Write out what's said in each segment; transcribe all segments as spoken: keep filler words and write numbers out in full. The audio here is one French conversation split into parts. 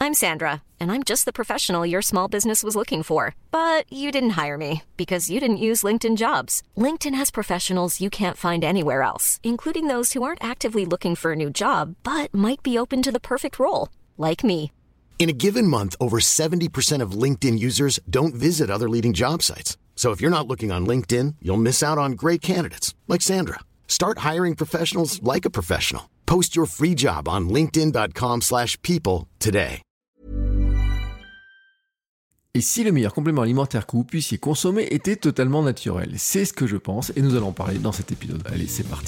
I'm Sandra, and I'm just the professional your small business was looking for. But you didn't hire me because you didn't use LinkedIn Jobs. LinkedIn has professionals you can't find anywhere else, including those who aren't actively looking for a new job, but might be open to the perfect role, like me. In a given month, over seventy percent of LinkedIn users don't visit other leading job sites. So if you're not looking on LinkedIn, you'll miss out on great candidates like Sandra. Start hiring professionals like a professional. Post your free job on linkedin.com slash people today. Et si le meilleur complément alimentaire que vous puissiez consommer était totalement naturel? C'est ce que je pense et nous allons en parler dans cet épisode. Allez, c'est parti.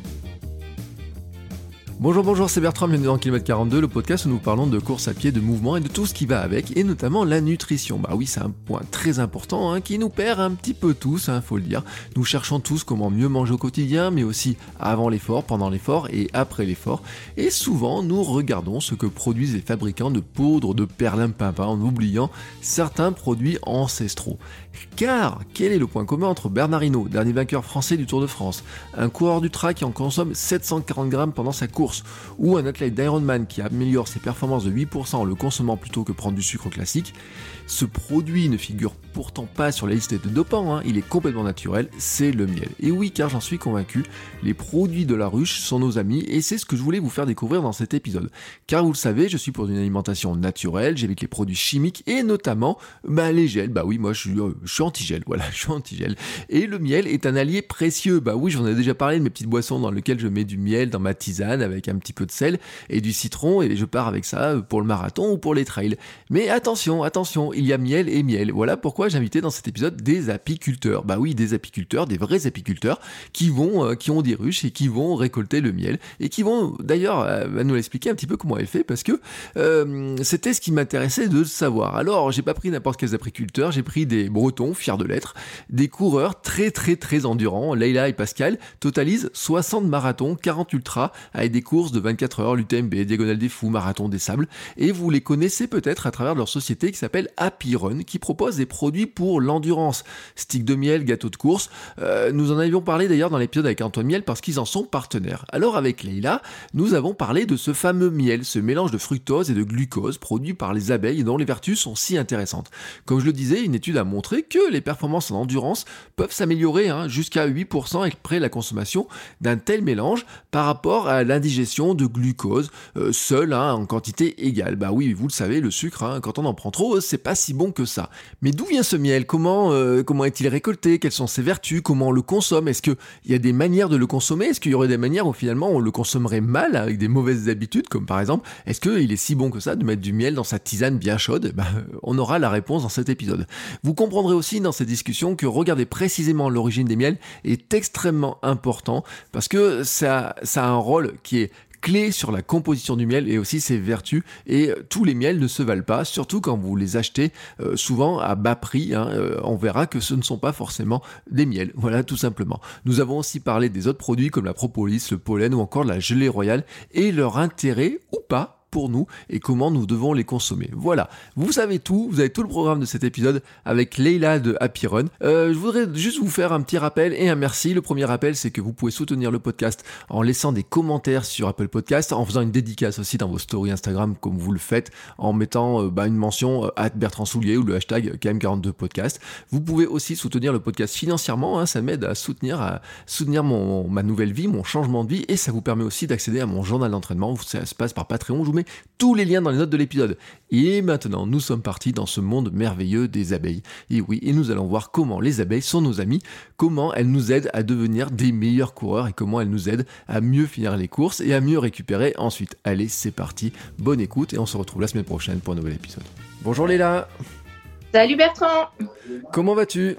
Bonjour, bonjour, c'est Bertrand, bienvenue dans Kilomètre quarante-deux, le podcast où nous parlons de course à pied, de mouvement et de tout ce qui va avec, et notamment la nutrition. Bah oui, c'est un point très important hein, qui nous perd un petit peu tous, hein, faut le dire. Nous cherchons tous comment mieux manger au quotidien, mais aussi avant l'effort, pendant l'effort et après l'effort. Et souvent, nous regardons ce que produisent les fabricants de poudre, de perlimpinpin, en oubliant certains produits ancestraux. Car, quel est le point commun entre Bernard Hinault, dernier vainqueur français du Tour de France, un coureur d'ultra qui en consomme sept cent quarante grammes pendant sa course, ou un athlète d'Ironman qui améliore ses performances de huit pour cent en le consommant plutôt que prendre du sucre classique? Ce produit ne figure pourtant pas sur la liste de dopants, hein, il est complètement naturel, c'est le miel. Et oui, car j'en suis convaincu, les produits de la ruche sont nos amis et c'est ce que je voulais vous faire découvrir dans cet épisode. Car vous le savez, je suis pour une alimentation naturelle, j'évite les produits chimiques et notamment bah, les gels. Bah oui, moi je suis, euh, je suis anti-gel, voilà, je suis anti-gel. Et le miel est un allié précieux. Bah oui, j'en ai déjà parlé de mes petites boissons dans lesquelles je mets du miel dans ma tisane avec un petit peu de sel et du citron et je pars avec ça pour le marathon ou pour les trails. Mais attention, attention, il y a miel et miel. Voilà pourquoi j'ai invité dans cet épisode des apiculteurs. Bah oui, des apiculteurs, des vrais apiculteurs qui vont, euh, qui ont des ruches et qui vont récolter le miel et qui vont d'ailleurs euh, nous l'expliquer un petit peu comment elle fait parce que euh, c'était ce qui m'intéressait de savoir. Alors, j'ai pas pris n'importe quels apiculteurs, j'ai pris des Bretons, fiers de l'être, des coureurs très très très endurants. Leïla et Pascal totalisent soixante marathons, quarante ultras avec des courses de vingt-quatre heures, l'U T M B, Diagonale des Fous, Marathon des Sables, et vous les connaissez peut-être à travers leur société qui s'appelle Apirun, qui propose des produits pour l'endurance. Stick de miel, gâteau de course, euh, nous en avions parlé d'ailleurs dans l'épisode avec Antoine Miel parce qu'ils en sont partenaires. Alors avec Leïla, nous avons parlé de ce fameux miel, ce mélange de fructose et de glucose produit par les abeilles et dont les vertus sont si intéressantes. Comme je le disais, une étude a montré que les performances en endurance peuvent s'améliorer hein, jusqu'à huit pour cent après la consommation d'un tel mélange par rapport à l'indigestion de glucose euh, seul hein, en quantité égale. Bah oui, vous le savez, le sucre, hein, quand on en prend trop, c'est pas si bon que ça. Mais d'où vient ce miel? Comment, euh, comment est-il récolté? Quelles sont ses vertus? Comment on le consomme? Est-ce qu'il y a des manières de le consommer? Est-ce qu'il y aurait des manières où finalement on le consommerait mal avec des mauvaises habitudes? Comme par exemple, est-ce qu'il est si bon que ça de mettre du miel dans sa tisane bien chaude? Bah, on aura la réponse dans cet épisode. Vous comprendrez aussi dans cette discussion que regarder précisément l'origine des miels est extrêmement important parce que ça, ça a un rôle qui est clé sur la composition du miel et aussi ses vertus et tous les miels ne se valent pas, surtout quand vous les achetez euh, souvent à bas prix, hein, euh, on verra que ce ne sont pas forcément des miels, voilà tout simplement. Nous avons aussi parlé des autres produits comme la propolis, le pollen ou encore la gelée royale et leur intérêt ou pas pour nous et comment nous devons les consommer. Voilà, vous savez tout, vous avez tout le programme de cet épisode avec Leïla de Apirun. Euh, je voudrais juste vous faire un petit rappel et un merci. Le premier rappel, c'est que vous pouvez soutenir le podcast en laissant des commentaires sur Apple Podcast, en faisant une dédicace aussi dans vos stories Instagram comme vous le faites, en mettant euh, bah, une mention euh, arobase Bertrand Soulier ou le hashtag K M quarante-deux podcast. Vous pouvez aussi soutenir le podcast financièrement, hein, ça m'aide à soutenir, à soutenir mon, ma nouvelle vie, mon changement de vie et ça vous permet aussi d'accéder à mon journal d'entraînement. Ça se passe par Patreon, je vous mets tous les liens dans les notes de l'épisode. Et maintenant, nous sommes partis dans ce monde merveilleux des abeilles. Et oui, et nous allons voir comment les abeilles sont nos amies, comment elles nous aident à devenir des meilleurs coureurs et comment elles nous aident à mieux finir les courses et à mieux récupérer ensuite. Allez, c'est parti, bonne écoute et on se retrouve la semaine prochaine pour un nouvel épisode. Bonjour Leïla. Salut Bertrand. Comment vas-tu?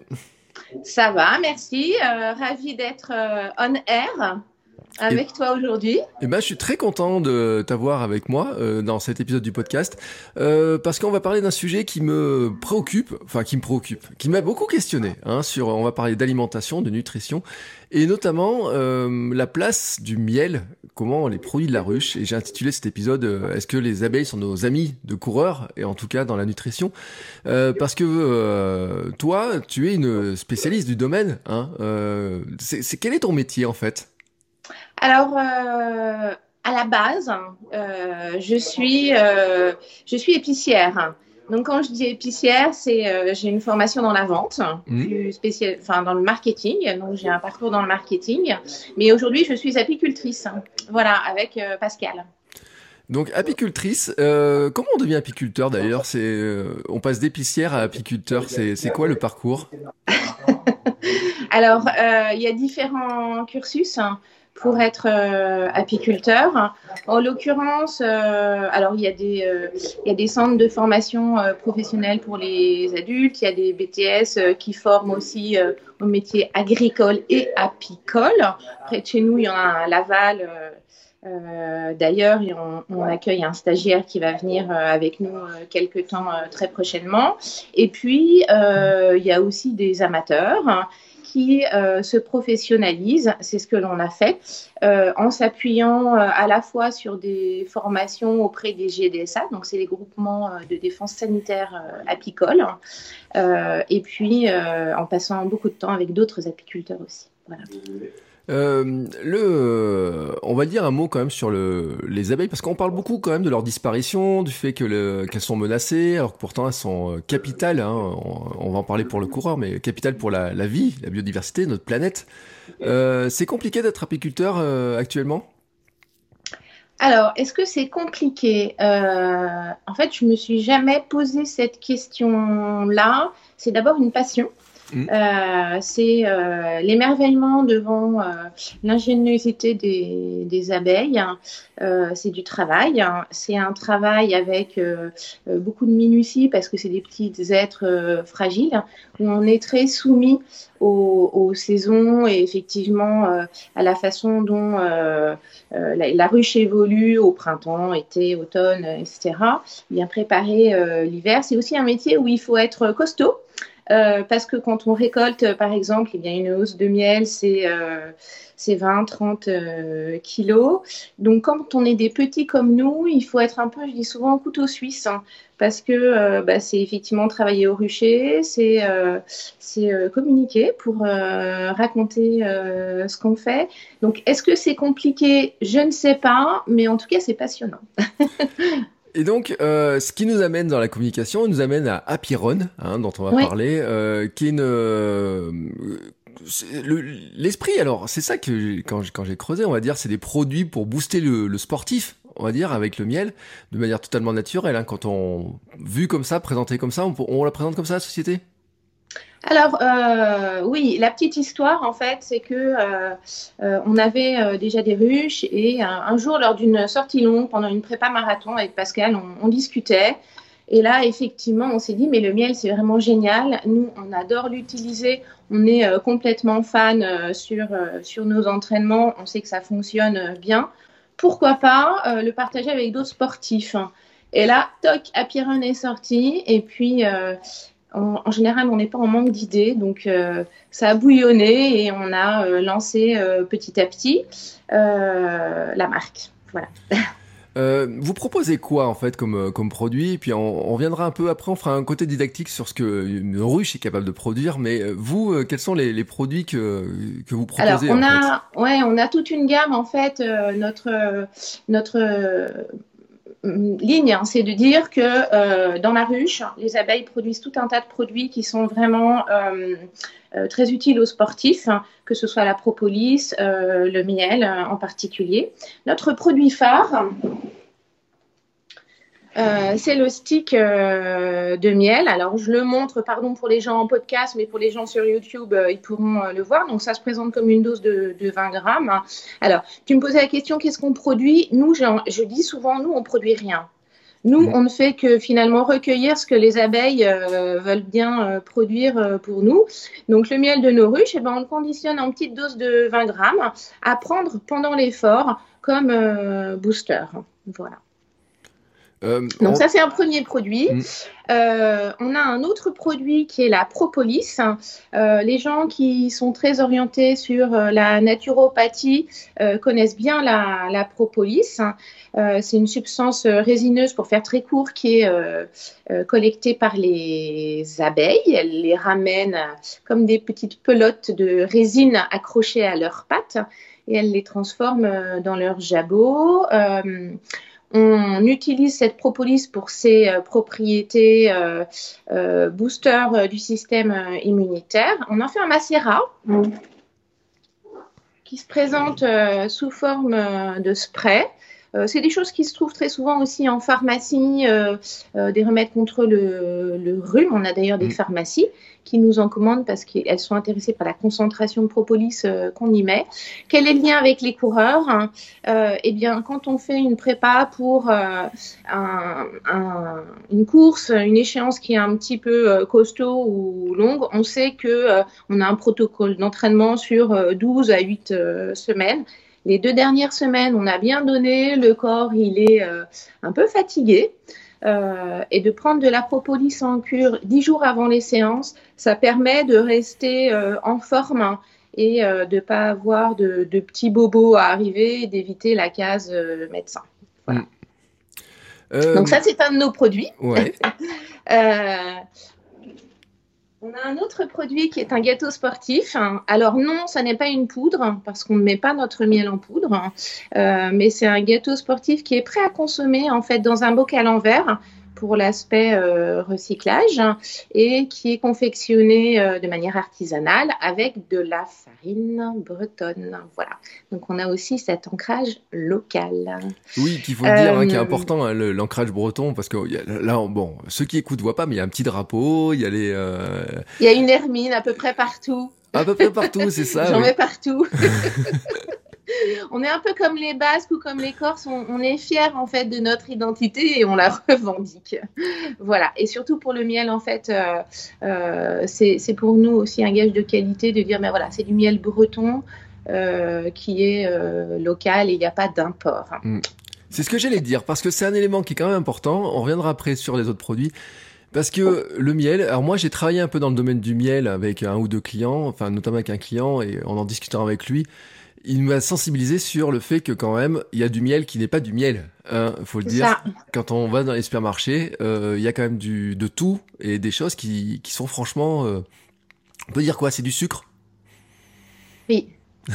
Ça va, merci. Euh, ravi d'être euh, on air avec et, toi aujourd'hui. Eh ben, je suis très content de t'avoir avec moi euh, dans cet épisode du podcast euh, parce qu'on va parler d'un sujet qui me préoccupe, enfin qui me préoccupe, qui m'a beaucoup questionné. Hein, sur, on va parler d'alimentation, de nutrition et notamment euh, la place du miel, comment les produits de la ruche. Et j'ai intitulé cet épisode euh, Est-ce que les abeilles sont nos amis de coureurs et en tout cas dans la nutrition euh, parce que euh, toi, tu es une spécialiste du domaine. Hein, euh, c'est, c'est quel est ton métier en fait? Alors, euh, à la base, euh, je suis, euh, je suis épicière. Donc, quand je dis épicière, c'est euh, j'ai une formation dans la vente, Mmh. plus spéciale, enfin dans le marketing. Donc, j'ai un parcours dans le marketing. Mais aujourd'hui, je suis apicultrice. Voilà, avec euh, Pascal. Donc apicultrice, euh, comment on devient apiculteur d'ailleurs? C'est, euh, on passe d'épicière à apiculteur, c'est, c'est quoi le parcours? Alors, euh, il y a différents cursus hein, pour être euh, apiculteur. En l'occurrence, euh, alors il y a des, euh, il y a des centres de formation euh, professionnelle pour les adultes. Il y a des B T S euh, qui forment aussi euh, au métier agricole et apicole. Près de chez nous, il y en a un à Laval. Euh, euh, d'ailleurs, on, on accueille un stagiaire qui va venir euh, avec nous euh, quelque temps euh, très prochainement. Et puis, euh, il y a aussi des amateurs hein, qui euh, se professionnalisent, c'est ce que l'on a fait, euh, en s'appuyant euh, à la fois sur des formations auprès des G D S A, donc c'est les groupements euh, de défense sanitaire euh, apicoles, euh, et puis euh, en passant beaucoup de temps avec d'autres apiculteurs aussi. Voilà. Euh, le, on va dire un mot quand même sur le, les abeilles, parce qu'on parle beaucoup quand même de leur disparition, du fait que le, qu'elles sont menacées, alors que pourtant elles sont capitales, hein, on, on va en parler pour le coureur, mais capitales pour la, la vie, la biodiversité, notre planète. Euh, c'est compliqué d'être apiculteur euh, actuellement? Alors, est-ce que c'est compliqué euh, En fait, je me suis jamais posé cette question-là. C'est d'abord une passion. Mmh. Euh, c'est euh, l'émerveillement devant euh, l'ingéniosité des, des abeilles. Euh, c'est du travail. C'est un travail avec euh, beaucoup de minutie parce que c'est des petits êtres euh, fragiles où on est très soumis aux, aux saisons et effectivement euh, à la façon dont euh, euh, la, la ruche évolue au printemps, été, automne, et cetera. Bien préparer euh, l'hiver. C'est aussi un métier où il faut être costaud. Euh, parce que quand on récolte, par exemple, eh bien, une hausse de miel, c'est euh, vingt, trente euh, kilos. Donc, quand on est des petits comme nous, il faut être un peu, je dis souvent, couteau suisse, hein, parce que euh, bah, c'est effectivement travailler au rucher, c'est euh, euh, communiquer pour euh, raconter euh, ce qu'on fait. Donc, est-ce que c'est compliqué? Je ne sais pas, mais en tout cas, c'est passionnant. Et donc, euh, ce qui nous amène dans la communication, nous amène à Apiron, hein, dont on va oui. parler, euh, qui est une... Euh, l'esprit, alors, c'est ça que quand, quand j'ai creusé, on va dire, c'est des produits pour booster le, le sportif, on va dire, avec le miel, de manière totalement naturelle. Hein, quand on... Vu comme ça, présenté comme ça, on, on la présente comme ça, la société ? Alors euh, oui, la petite histoire en fait, c'est que euh, euh, on avait euh, déjà des ruches et un, un jour lors d'une sortie longue pendant une prépa marathon avec Pascal, on, on discutait et là effectivement on s'est dit mais le miel c'est vraiment génial, nous on adore l'utiliser, on est euh, complètement fan euh, sur euh, sur nos entraînements, on sait que ça fonctionne euh, bien, pourquoi pas euh, le partager avec d'autres sportifs. Et là, toc, Apiron est sorti et puis euh, En, en général, on n'est pas en manque d'idées, donc euh, ça a bouillonné et on a euh, lancé euh, petit à petit euh, la marque. Voilà. Euh, vous proposez quoi en fait comme, comme produit? Puis on, on reviendra un peu après, on fera un côté didactique sur ce qu'une ruche est capable de produire. Mais vous, euh, quels sont les, les produits que, que vous proposez? Alors, on, en a, fait ouais, on a toute une gamme en fait. Euh, notre notre euh, ligne, hein, c'est de dire que euh, dans la ruche, les abeilles produisent tout un tas de produits qui sont vraiment euh, euh, très utiles aux sportifs, hein, que ce soit la propolis, euh, le miel euh, en particulier. Notre produit phare, euh, c'est le stick euh, de miel. Alors, je le montre, pardon pour les gens en podcast, mais pour les gens sur YouTube, euh, ils pourront euh, le voir. Donc, ça se présente comme une dose de, de vingt grammes. Alors, tu me posais la question, qu'est-ce qu'on produit? Nous, je, je dis souvent, nous, on produit rien. Nous, on ne fait que finalement recueillir ce que les abeilles euh, veulent bien euh, produire euh, pour nous. Donc, le miel de nos ruches, eh ben, on le conditionne en petite dose de vingt grammes à prendre pendant l'effort comme euh, booster. Voilà. Euh, Donc on... ça, c'est un premier produit. Mmh. Euh, on a un autre produit qui est la propolis. Euh, les gens qui sont très orientés sur euh, la naturopathie euh, connaissent bien la, la propolis. Euh, c'est une substance résineuse, pour faire très court, qui est euh, euh, collectée par les abeilles. Elles les ramènent comme des petites pelotes de résine accrochées à leurs pattes et elles les transforment dans leur jabot. Euh, On utilise cette propolis pour ses euh, propriétés euh, euh, booster euh, du système euh, immunitaire. On en fait un macérat mmh. qui se présente euh, sous forme euh, de spray. Euh, c'est des choses qui se trouvent très souvent aussi en pharmacie, euh, euh, des remèdes contre le, le rhume. On a d'ailleurs des mmh. pharmacies qui nous en commandent parce qu'elles sont intéressées par la concentration de propolis euh, qu'on y met. Quel est le lien avec les coureurs ? euh, Eh bien, quand on fait une prépa pour euh, un, un, une course, une échéance qui est un petit peu euh, costaud ou longue, on sait que euh, on a un protocole d'entraînement sur euh, douze à huit euh, semaines. Les deux dernières semaines, on a bien donné, le corps, il est euh, un peu fatigué. Euh, et de prendre de la propolis en cure dix jours avant les séances, ça permet de rester euh, en forme et euh, de ne pas avoir de, de petits bobos à arriver et d'éviter la case euh, médecin. Voilà. Mmh. Euh... Donc ça, c'est un de nos produits. Ouais. euh, On a un autre produit qui est un gâteau sportif. Alors non, ça n'est pas une poudre parce qu'on ne met pas notre miel en poudre, euh, mais c'est un gâteau sportif qui est prêt à consommer en fait dans un bocal en verre pour l'aspect euh, recyclage et qui est confectionné euh, de manière artisanale avec de la farine bretonne. Voilà. Donc on a aussi cet ancrage local. Oui, qu'il faut euh, dire, hein, qui est important, hein, le, l'ancrage breton, parce que là, bon, ceux qui écoutent voient pas, mais il y a un petit drapeau, il y a les. Euh... Il y a une hermine à peu près partout. À peu près partout, c'est ça. J'en oui. mets partout. On est un peu comme les Basques ou comme les Corses, on, on est fiers en fait de notre identité et on la revendique. Voilà. Et surtout pour le miel, en fait, euh, euh, c'est, c'est pour nous aussi un gage de qualité de dire, mais voilà, c'est du miel breton euh, qui est euh, local et il n'y a pas d'import. Mmh. C'est ce que j'allais dire, parce que c'est un élément qui est quand même important. On reviendra après sur les autres produits. Parce que le miel, alors moi j'ai travaillé un peu dans le domaine du miel avec un ou deux clients, enfin notamment avec un client et en en discutant avec lui. Il m'a sensibilisé sur le fait que quand même, il y a du miel qui n'est pas du miel. Hein, faut le C'est dire. ça. Quand on va dans les supermarchés, euh, il y a quand même du, de tout et des choses qui, qui sont franchement... Euh, on peut dire quoi ? C'est du sucre ? Oui.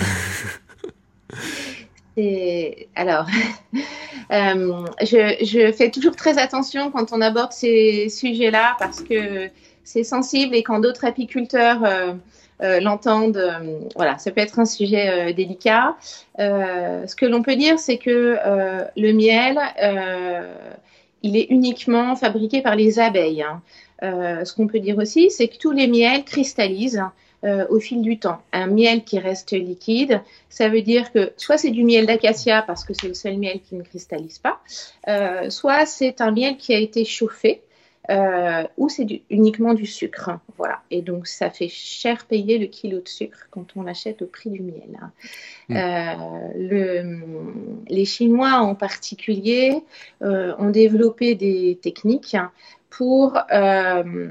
C'est... Alors, euh, je, je fais toujours très attention quand on aborde ces sujets-là parce que c'est sensible et quand d'autres apiculteurs... Euh, Euh, l'entendent, euh, voilà, ça peut être un sujet euh, délicat. Euh, ce que l'on peut dire, c'est que euh, le miel, euh, il est uniquement fabriqué par les abeilles. Hein. Euh, ce qu'on peut dire aussi, c'est que tous les miels cristallisent euh, au fil du temps. Un miel qui reste liquide, ça veut dire que soit c'est du miel d'acacia parce que c'est le seul miel qui ne cristallise pas, euh, soit c'est un miel qui a été chauffé. Euh, ou c'est du, uniquement du sucre. Voilà. Et donc, ça fait cher payer le kilo de sucre quand on l'achète au prix du miel. Mmh. Euh, le, les Chinois en particulier euh, ont développé des techniques pour euh,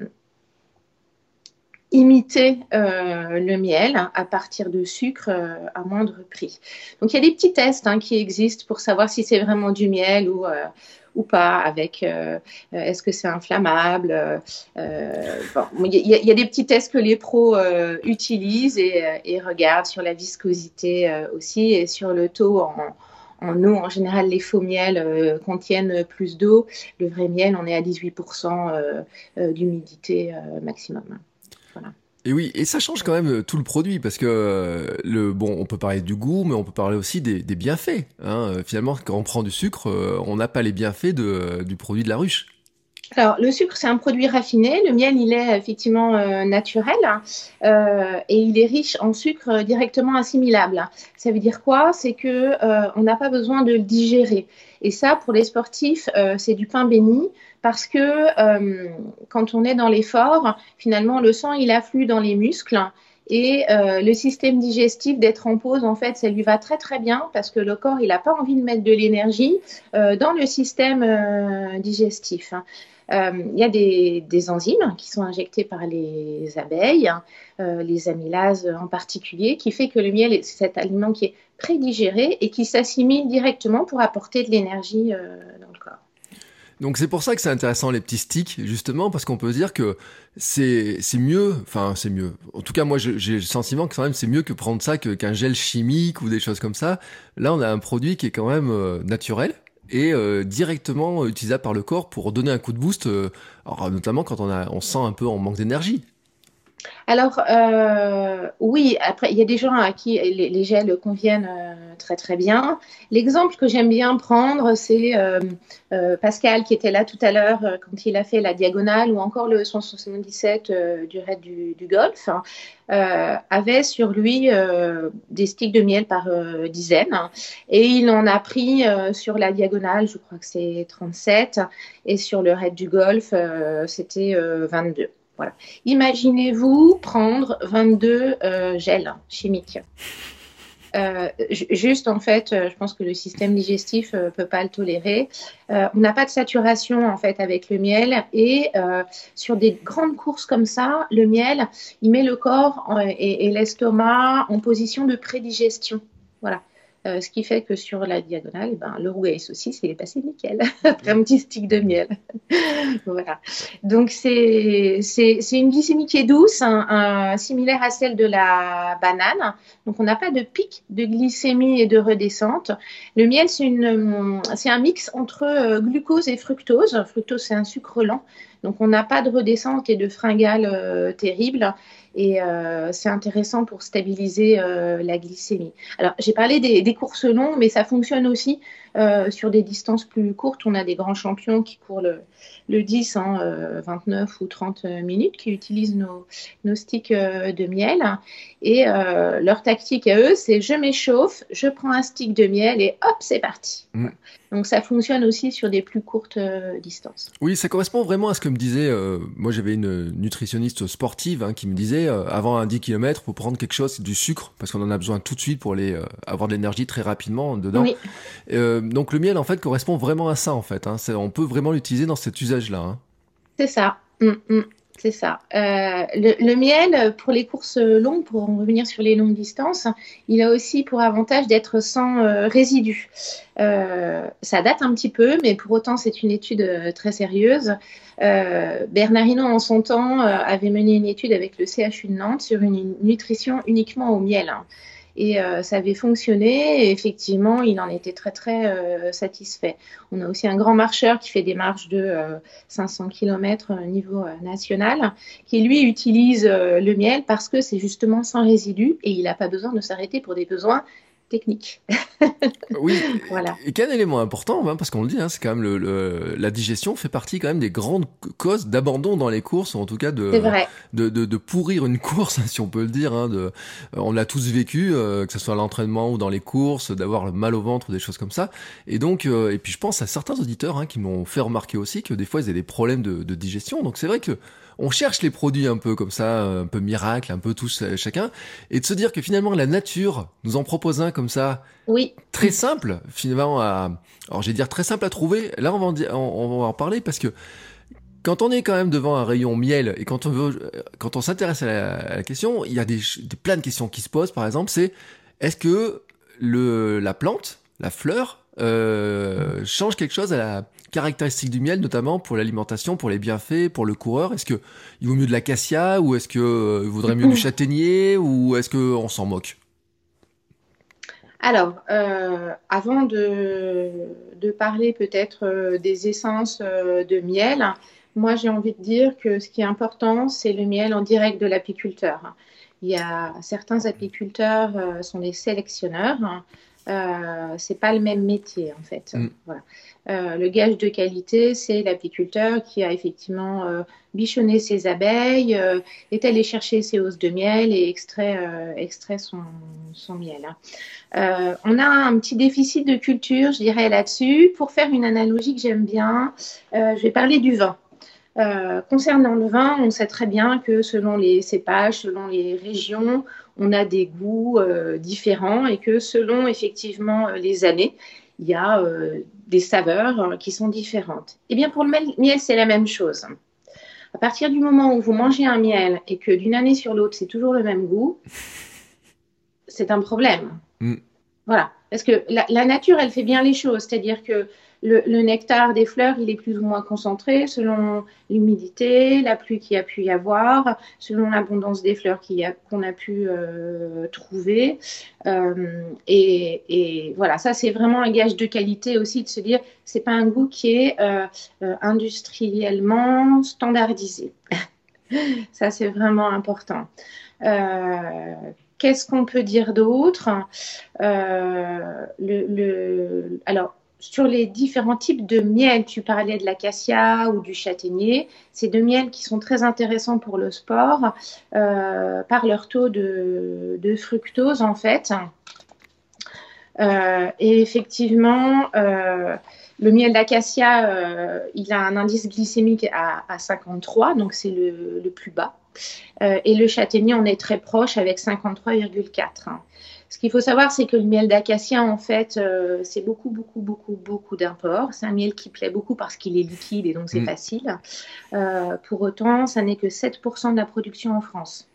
imiter euh, le miel à partir de sucre euh, à moindre prix. Donc, il y a des petits tests hein, qui existent pour savoir si c'est vraiment du miel ou... Euh, ou pas, avec euh, est-ce que c'est inflammable. euh, bon, il y, y a des petits tests que les pros euh, utilisent et, et regardent sur la viscosité euh, aussi et sur le taux en, en eau. En général, les faux miels euh, contiennent plus d'eau. Le vrai miel, on est à dix-huit pour cent euh, euh, d'humidité euh, maximum. Voilà. Et oui, et ça change quand même tout le produit, parce que euh, le bon, on peut parler du goût, mais on peut parler aussi des, des bienfaits. Hein. Finalement, quand on prend du sucre, euh, on n'a pas les bienfaits de, du produit de la ruche. Alors, le sucre, c'est un produit raffiné. Le miel, il est effectivement euh, naturel euh, et il est riche en sucre directement assimilable. Ça veut dire quoi ? C'est que euh, on n'a pas besoin de le digérer. Et ça, pour les sportifs, euh, c'est du pain béni parce que euh, quand on est dans l'effort, finalement, le sang, il afflue dans les muscles Et euh, le système digestif, d'être en pause, en fait, ça lui va très très bien parce que le corps, il n'a pas envie de mettre de l'énergie euh, dans le système euh, digestif. Euh, il y a des, des enzymes qui sont injectées par les abeilles, euh, les amylases en particulier, qui fait que le miel est cet aliment qui est prédigéré et qui s'assimile directement pour apporter de l'énergie euh, dans le corps. Donc c'est pour ça que c'est intéressant les petits sticks, justement, parce qu'on peut se dire que c'est c'est mieux, enfin c'est mieux. En tout cas, moi j'ai, j'ai le sentiment que quand même c'est mieux que prendre ça que, qu'un gel chimique ou des choses comme ça. Là, on a un produit qui est quand même euh, naturel et euh, directement utilisable par le corps pour donner un coup de boost, euh, alors, notamment quand on a on se sent un peu en manque d'énergie. Alors, euh, oui, après, il y a des gens à qui les, les gels conviennent euh, très, très bien. L'exemple que j'aime bien prendre, c'est euh, euh, Pascal, qui était là tout à l'heure euh, quand il a fait la diagonale, ou encore le cent soixante-dix-sept euh, du raid du, du Golfe, hein, euh, avait sur lui euh, des sticks de miel par euh, dizaines. Hein, et il en a pris euh, sur la diagonale, je crois que c'est trente-sept, et sur le raid du Golfe, euh, c'était euh, vingt-deux. Voilà. Imaginez-vous prendre vingt-deux euh, gels chimiques. Euh, juste, en fait, euh, je pense que le système digestif ne euh, peut pas le tolérer. Euh, on n'a pas de saturation, en fait, avec le miel. Et euh, sur des grandes courses comme ça, le miel, il met le corps en, et, et l'estomac en position de prédigestion. Voilà. Euh, ce qui fait que sur la diagonale, eh ben, le rougail saucisse, il est passé nickel, après un petit stick de miel. Voilà. Donc, c'est, c'est, c'est une glycémie qui est douce, un, un, similaire à celle de la banane. Donc, on n'a pas de pic de glycémie et de redescente. Le miel, c'est, une, c'est un mix entre euh, glucose et fructose. Fructose, c'est un sucre lent. Donc, on n'a pas de redescente et de fringales euh, terribles. Et euh, c'est intéressant pour stabiliser euh, la glycémie. Alors, j'ai parlé des, des courses longues, mais ça fonctionne aussi euh, sur des distances plus courtes. On a des grands champions qui courent le, le dix en euh, vingt-neuf ou trente minutes, qui utilisent nos, nos sticks euh, de miel. Et euh, leur tactique à eux, c'est je m'échauffe, je prends un stick de miel et hop, c'est parti. Mmh. Donc, ça fonctionne aussi sur des plus courtes euh, distances. Oui, ça correspond vraiment à ce que me disait... Euh, moi, j'avais une nutritionniste sportive hein, qui me disait, euh, avant un dix kilomètres, il faut prendre quelque chose, du sucre, parce qu'on en a besoin tout de suite pour aller euh, avoir de l'énergie très rapidement dedans. Oui. Euh, donc, le miel, en fait, correspond vraiment à ça, en fait. Hein. C'est, on peut vraiment l'utiliser dans cet usage-là. Hein. C'est ça. Mmh, mmh. C'est ça. Euh, le, le miel, pour les courses longues, pour en revenir sur les longues distances, il a aussi pour avantage d'être sans euh, résidus. Euh, ça date un petit peu, mais pour autant, c'est une étude euh, très sérieuse. Euh, Bernard Hinault, en son temps, euh, avait mené une étude avec le C H U de Nantes sur une nutrition uniquement au miel. Hein. Et euh, ça avait fonctionné et effectivement, il en était très, très euh, satisfait. On a aussi un grand marcheur qui fait des marches de euh, cinq cents kilomètres au niveau euh, national, qui lui utilise euh, le miel parce que c'est justement sans résidus et il n'a pas besoin de s'arrêter pour des besoins technique. Oui, voilà. Et qu'un élément important, hein, parce qu'on le dit, hein, c'est quand même le, le, la digestion fait partie quand même des grandes causes d'abandon dans les courses, ou en tout cas de, de, de, de pourrir une course, si on peut le dire. Hein, de, on l'a tous vécu, euh, que ce soit à l'entraînement ou dans les courses, d'avoir mal au ventre ou des choses comme ça. Et donc, euh, et puis je pense à certains auditeurs hein, qui m'ont fait remarquer aussi que des fois ils avaient des problèmes de, de digestion. Donc c'est vrai que on cherche les produits un peu comme ça, un peu miracle, un peu tous chacun, et de se dire que finalement la nature nous en propose un comme ça, oui, très simple finalement à, alors je vais dire très simple à trouver. Là on va en, dire, on, on va en parler parce que quand on est quand même devant un rayon miel et quand on veut, quand on s'intéresse à la, à la question, il y a des, des plein de questions qui se posent. Par exemple, c'est est-ce que le la plante, la fleur euh, change quelque chose à la caractéristique du miel, notamment pour l'alimentation, pour les bienfaits, pour le coureur? Est-ce que il vaut mieux de l'acacia ou est-ce que euh, il vaudrait mieux du châtaignier ou est-ce que on s'en moque? Alors, euh, avant de, de parler peut-être euh, des essences euh, de miel, moi j'ai envie de dire que ce qui est important, c'est le miel en direct de l'apiculteur. Il y a certains apiculteurs euh, sont des sélectionneurs. Euh, c'est pas le même métier en fait. Mm. Voilà. Euh, le gage de qualité, c'est l'apiculteur qui a effectivement euh, bichonné ses abeilles, euh, est allé chercher ses hausses de miel et extrait, euh, extrait son, son miel. Euh, on a un petit déficit de culture, je dirais, là-dessus. Pour faire une analogie que j'aime bien, euh, je vais parler du vin. Euh, concernant le vin, on sait très bien que selon les cépages, selon les régions, on a des goûts euh, différents et que selon effectivement les années, il y a euh, des saveurs euh, qui sont différentes. Et bien pour le miel, c'est la même chose. À partir du moment où vous mangez un miel et que d'une année sur l'autre, c'est toujours le même goût, c'est un problème. Mm. Voilà. Parce que la, la nature, elle fait bien les choses. C'est-à-dire que le, le nectar des fleurs, il est plus ou moins concentré selon l'humidité, la pluie qu'il y a pu y avoir, selon l'abondance des fleurs qu'il y a, qu'on a pu euh, trouver. Euh, et, et voilà, ça, c'est vraiment un gage de qualité aussi de se dire, c'est pas un goût qui est euh, euh, industriellement standardisé. Ça, c'est vraiment important. Euh, Qu'est-ce qu'on peut dire d'autre euh, le, le, Alors, sur les différents types de miel, tu parlais de l'acacia ou du châtaignier. C'est deux miels qui sont très intéressants pour le sport euh, par leur taux de, de fructose, en fait. Euh, et effectivement, euh, le miel d'acacia, euh, il a un indice glycémique à, à cinquante-trois, donc c'est le, le plus bas. Euh, et le châtaignier, on est très proche avec cinquante-trois virgule quatre. Ce qu'il faut savoir, c'est que le miel d'acacia, en fait, euh, c'est beaucoup, beaucoup, beaucoup, beaucoup d'import. C'est un miel qui plaît beaucoup parce qu'il est liquide et donc c'est mmh. facile. Euh, pour autant, ça n'est que sept pour cent de la production en France.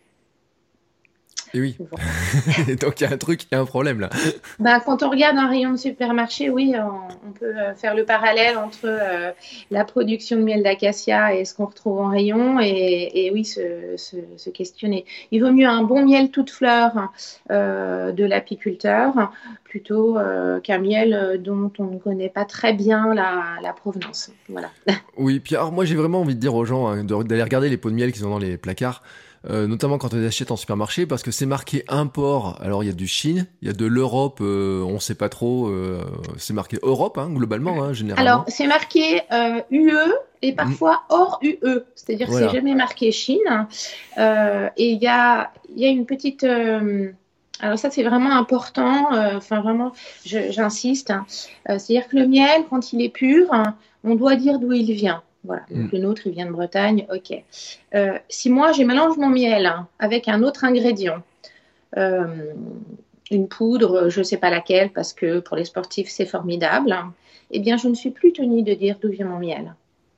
Et oui. Donc il y a un truc, il y a un problème là. Ben, quand on regarde un rayon de supermarché, oui, on, on peut faire le parallèle entre euh, la production de miel d'acacia et ce qu'on retrouve en rayon et, et oui, se, se, se questionner. Il vaut mieux un bon miel toute fleur euh, de l'apiculteur plutôt euh, qu'un miel dont on ne connaît pas très bien la, la provenance. Voilà. Oui, puis alors moi j'ai vraiment envie de dire aux gens hein, d'aller regarder les pots de miel qu'ils ont dans les placards. Euh, notamment quand on les achète en supermarché parce que c'est marqué import. Alors il y a du Chine, il y a de l'Europe, euh, on sait pas trop, euh, c'est marqué Europe hein, globalement hein, généralement. Alors c'est marqué euh, U E et parfois mmh. hors U E, c'est-à-dire voilà. que c'est jamais marqué Chine. Euh, et il y a, y a une petite... Euh, alors ça c'est vraiment important, enfin euh, vraiment je, j'insiste, hein, euh, c'est-à-dire que le miel quand il est pur, hein, on doit dire d'où il vient. Voilà, donc mmh. le nôtre, il vient de Bretagne, ok. Euh, si moi, je mélange mon miel hein, avec un autre ingrédient, euh, une poudre, je ne sais pas laquelle, parce que pour les sportifs, c'est formidable, hein, eh bien, je ne suis plus tenue de dire d'où vient mon miel.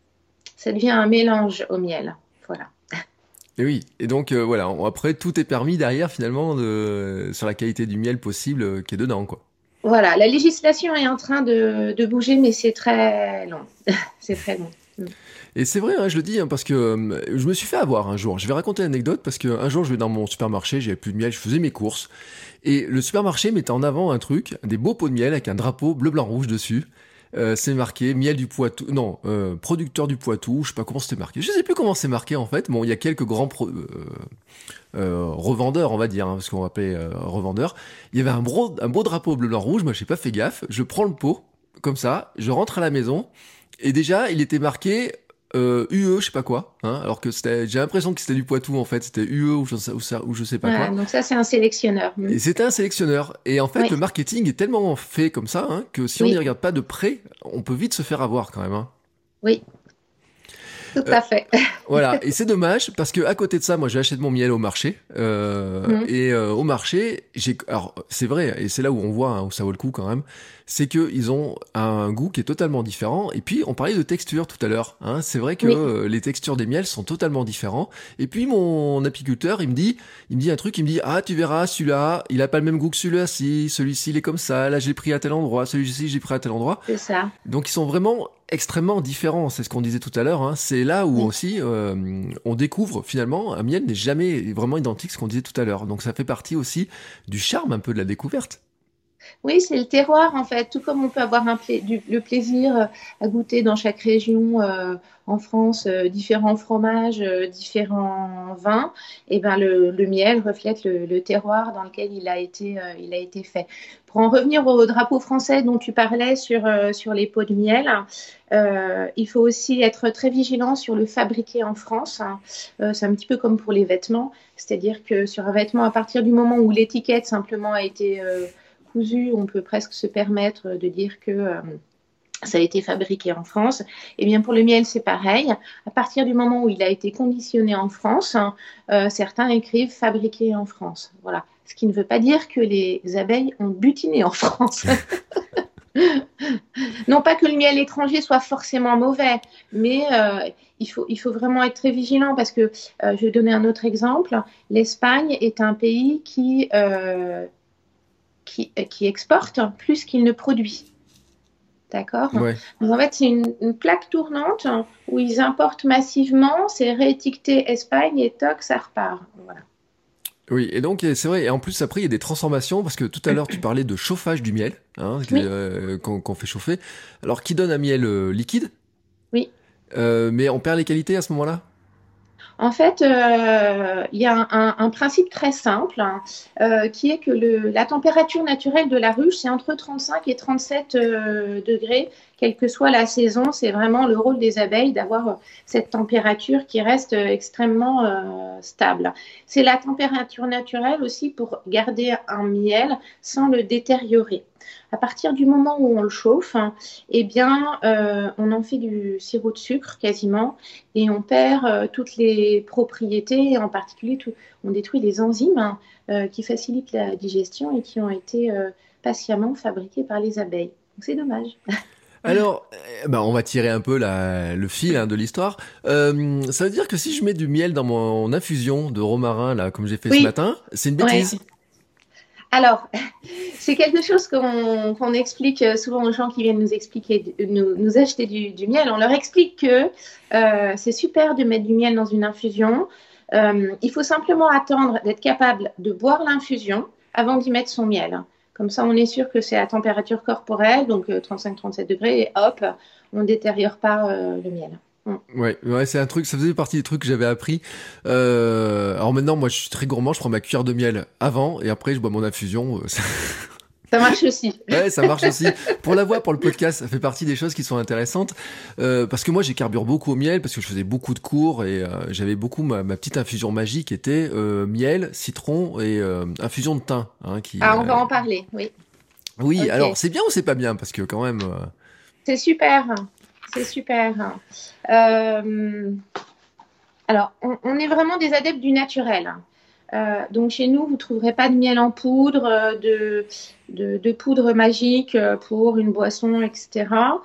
Ça devient un mélange au miel, voilà. Et oui, et donc, euh, voilà, après, tout est permis derrière, finalement, de, sur la qualité du miel possible euh, qui est dedans, quoi. Voilà, la législation est en train de, de bouger, mais c'est très long, c'est très long. Et c'est vrai, hein, je le dis, hein, parce que euh, je me suis fait avoir un jour. Je vais raconter l'anecdote parce qu'un jour, je vais dans mon supermarché, j'avais plus de miel, je faisais mes courses. Et le supermarché mettait en avant un truc, des beaux pots de miel avec un drapeau bleu, blanc, rouge dessus. Euh, c'est marqué miel du Poitou, non, euh, producteur du Poitou, je sais pas comment c'était marqué. Je sais plus comment c'est marqué en fait. Bon, il y a quelques grands pro- euh, euh, revendeurs, on va dire, hein, parce qu'on va appeler euh, revendeurs. Il y avait un beau, un beau drapeau bleu, blanc, rouge. Moi, j'ai pas fait gaffe. Je prends le pot comme ça, je rentre à la maison et déjà, il était marqué. Euh, U E, je sais pas quoi, hein, alors que c'était, j'ai l'impression que c'était du Poitou en fait, c'était U E ou je, ou ça, ou je sais pas ah, quoi. Donc ça c'est un sélectionneur. Et c'était un sélectionneur. Et en fait, oui. le marketing est tellement fait comme ça hein, que si oui. on n'y regarde pas de près, on peut vite se faire avoir quand même. Hein. Oui. Tout à fait. Euh, voilà, et c'est dommage parce que à côté de ça, moi, j'achète mon miel au marché euh, mmh. et euh, au marché, j'ai, alors c'est vrai, et c'est là où on voit hein, où ça vaut le coup quand même, c'est que ils ont un goût qui est totalement différent. Et puis on parlait de texture tout à l'heure, hein, c'est vrai que oui. euh, les textures des miels sont totalement différents. Et puis mon apiculteur, il me dit, il me dit un truc, il me dit ah tu verras celui-là, il a pas le même goût que celui-ci, celui-ci il est comme ça, là j'ai pris à tel endroit, celui-ci j'ai pris à tel endroit. C'est ça. Donc ils sont vraiment extrêmement différents, c'est ce qu'on disait tout à l'heure, hein. C'est là où oui. aussi euh, on découvre finalement un miel n'est jamais vraiment identique à ce qu'on disait tout à l'heure, donc ça fait partie aussi du charme un peu de la découverte. Oui, c'est le terroir en fait, tout comme on peut avoir un pla- du, le plaisir à goûter dans chaque région euh, en France euh, différents fromages, euh, différents vins, et ben le, le miel reflète le, le terroir dans lequel il a été, euh, il a été fait. Pour en revenir au drapeau français dont tu parlais sur, euh, sur les pots de miel, euh, il faut aussi être très vigilant sur le fabriqué en France. Euh, c'est un petit peu comme pour les vêtements, c'est-à-dire que sur un vêtement, à partir du moment où l'étiquette simplement a été euh, cousu, on peut presque se permettre de dire que euh, ça a été fabriqué en France. Et bien pour le miel, c'est pareil. À partir du moment où il a été conditionné en France, euh, certains écrivent fabriqué en France. Voilà. Ce qui ne veut pas dire que les abeilles ont butiné en France. Non pas que le miel étranger soit forcément mauvais, mais euh, il faut, il faut vraiment être très vigilant parce que, euh, je vais donner un autre exemple. L'Espagne est un pays qui, euh, qui, qui exporte plus qu'il ne produit. D'accord. Ouais. Donc, en fait, c'est une, une plaque tournante où ils importent massivement, c'est réétiqueté Espagne et toc, ça repart. Voilà. Oui, et donc c'est vrai, et en plus après il y a des transformations, parce que tout à l'heure tu parlais de chauffage du miel, hein, Oui. euh, qu'on, qu'on fait chauffer, alors qui donne un miel euh, liquide, Oui. euh, mais on perd les qualités à ce moment-là? En fait, euh, il y a un, un, un principe très simple hein, euh, qui est que le, la température naturelle de la ruche, c'est entre trente-cinq et trente-sept euh, degrés, quelle que soit la saison. C'est vraiment le rôle des abeilles d'avoir cette température qui reste extrêmement euh, stable. C'est la température naturelle aussi pour garder un miel sans le détériorer. À partir du moment où on le chauffe, hein, eh bien, euh, on en fait du sirop de sucre quasiment et on perd euh, toutes les propriétés, en particulier, tout, on détruit les enzymes hein, euh, qui facilitent la digestion et qui ont été euh, patiemment fabriquées par les abeilles. Donc c'est dommage. Alors, eh ben, on va tirer un peu la, le fil hein, de l'histoire. Euh, ça veut dire que si je mets du miel dans mon infusion de romarin, là, comme j'ai fait Oui. ce matin, c'est une bêtise. Ouais. Alors, c'est quelque chose qu'on, qu'on explique souvent aux gens qui viennent nous expliquer, nous, nous acheter du, du miel. On leur explique que euh, c'est super de mettre du miel dans une infusion. Euh, il faut simplement attendre d'être capable de boire l'infusion avant d'y mettre son miel. Comme ça, on est sûr que c'est à température corporelle, donc trente-cinq à trente-sept degrés, et hop, on ne détériore pas euh, le miel. Mm. Ouais, ouais, c'est un truc, ça faisait partie des trucs que j'avais appris. Euh, alors maintenant, moi, je suis très gourmand, je prends ma cuillère de miel avant et après, je bois mon infusion. Ça marche aussi. Ouais, ça marche aussi. Pour la voix, pour le podcast, ça fait partie des choses qui sont intéressantes. Euh, parce que moi, j'ai carbure beaucoup au miel parce que je faisais beaucoup de cours et euh, j'avais beaucoup ma, ma petite infusion magique qui était euh, miel, citron et euh, infusion de thym. Hein, qui, ah, on va euh... en parler, oui. Oui, okay. Alors c'est bien ou c'est pas bien? Parce que quand même... Euh... C'est super. C'est super. Euh, alors, on, on est vraiment des adeptes du naturel. Euh, donc, chez nous, vous ne trouverez pas de miel en poudre, de, de, de poudre magique pour une boisson, et cetera.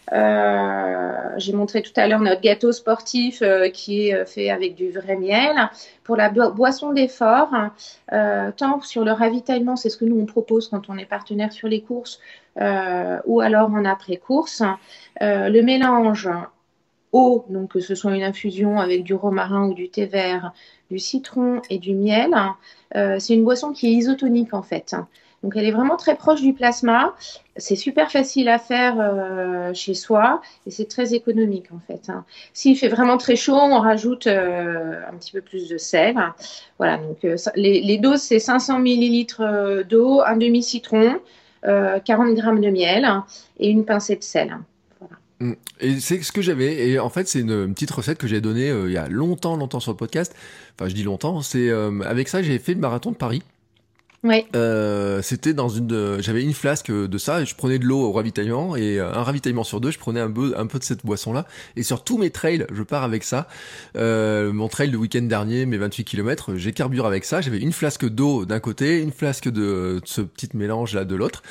Euh, j'ai montré tout à l'heure notre gâteau sportif euh, qui est fait avec du vrai miel. Pour la bo- boisson d'effort, euh, tant sur le ravitaillement, c'est ce que nous on propose quand on est partenaire sur les courses, euh, ou alors en après-course, euh, le mélange eau, donc que ce soit une infusion avec du romarin ou du thé vert, du citron et du miel, euh, c'est une boisson qui est isotonique en fait. Donc elle est vraiment très proche du plasma, c'est super facile à faire euh, chez soi et c'est très économique en fait. Hein. S'il fait vraiment très chaud, on rajoute euh, un petit peu plus de sel. Voilà, donc euh, les, les doses c'est cinq cents millilitres d'eau, un demi-citron, euh, quarante grammes de miel et une pincée de sel. Et c'est ce que j'avais, et en fait c'est une, une petite recette que j'ai donnée euh, il y a longtemps, longtemps sur le podcast, enfin je dis longtemps, c'est euh, avec ça j'ai fait le marathon de Paris. Ouais. Euh, c'était dans une, euh, j'avais une flasque de ça et je prenais de l'eau au ravitaillement et euh, un ravitaillement sur deux, je prenais un peu, un peu de cette boisson-là et sur tous mes trails, je pars avec ça. Euh, mon trail le week-end dernier, mes vingt-huit kilomètres, j'ai carburé avec ça. J'avais une flasque d'eau d'un côté, une flasque de, de ce petit mélange là de l'autre,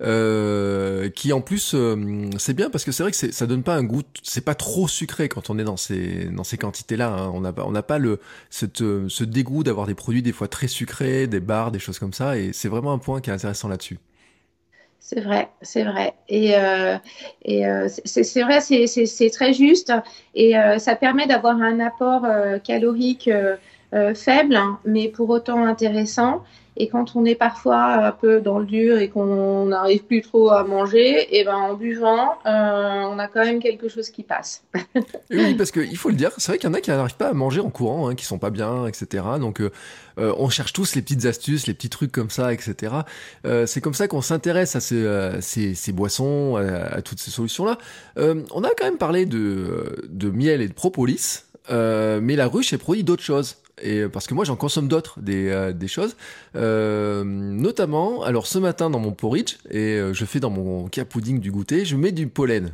euh, qui en plus euh, c'est bien parce que c'est vrai que c'est, ça donne pas un goût, c'est pas trop sucré quand on est dans ces, dans ces quantités-là. Hein. On n'a pas, on n'a pas le, cette, ce dégoût d'avoir des produits des fois très sucrés, des bars, des choses comme ça. Et c'est vraiment un point qui est intéressant là-dessus. C'est vrai, c'est vrai. Et, euh, et euh, c'est, c'est vrai, c'est, c'est, c'est très juste. Et euh, ça permet d'avoir un apport euh, calorique euh, euh, faible, hein, mais pour autant intéressant. Et quand on est parfois un peu dans le dur et qu'on n'arrive plus trop à manger, et ben en buvant, euh, on a quand même quelque chose qui passe. Oui, parce qu'il faut le dire, c'est vrai qu'il y en a qui n'arrivent pas à manger en courant, hein, qui sont pas bien, et cetera. Donc euh, euh, on cherche tous les petites astuces, les petits trucs comme ça, et cetera. Euh, c'est comme ça qu'on s'intéresse à ces, euh, ces, ces boissons, à, à toutes ces solutions-là. Euh, on a quand même parlé de, de miel et de propolis, euh, mais la ruche, elle produit d'autres choses. Et parce que moi j'en consomme d'autres des euh, des choses, euh, notamment alors ce matin dans mon porridge et euh, je fais dans mon capudding du goûter, je mets du pollen.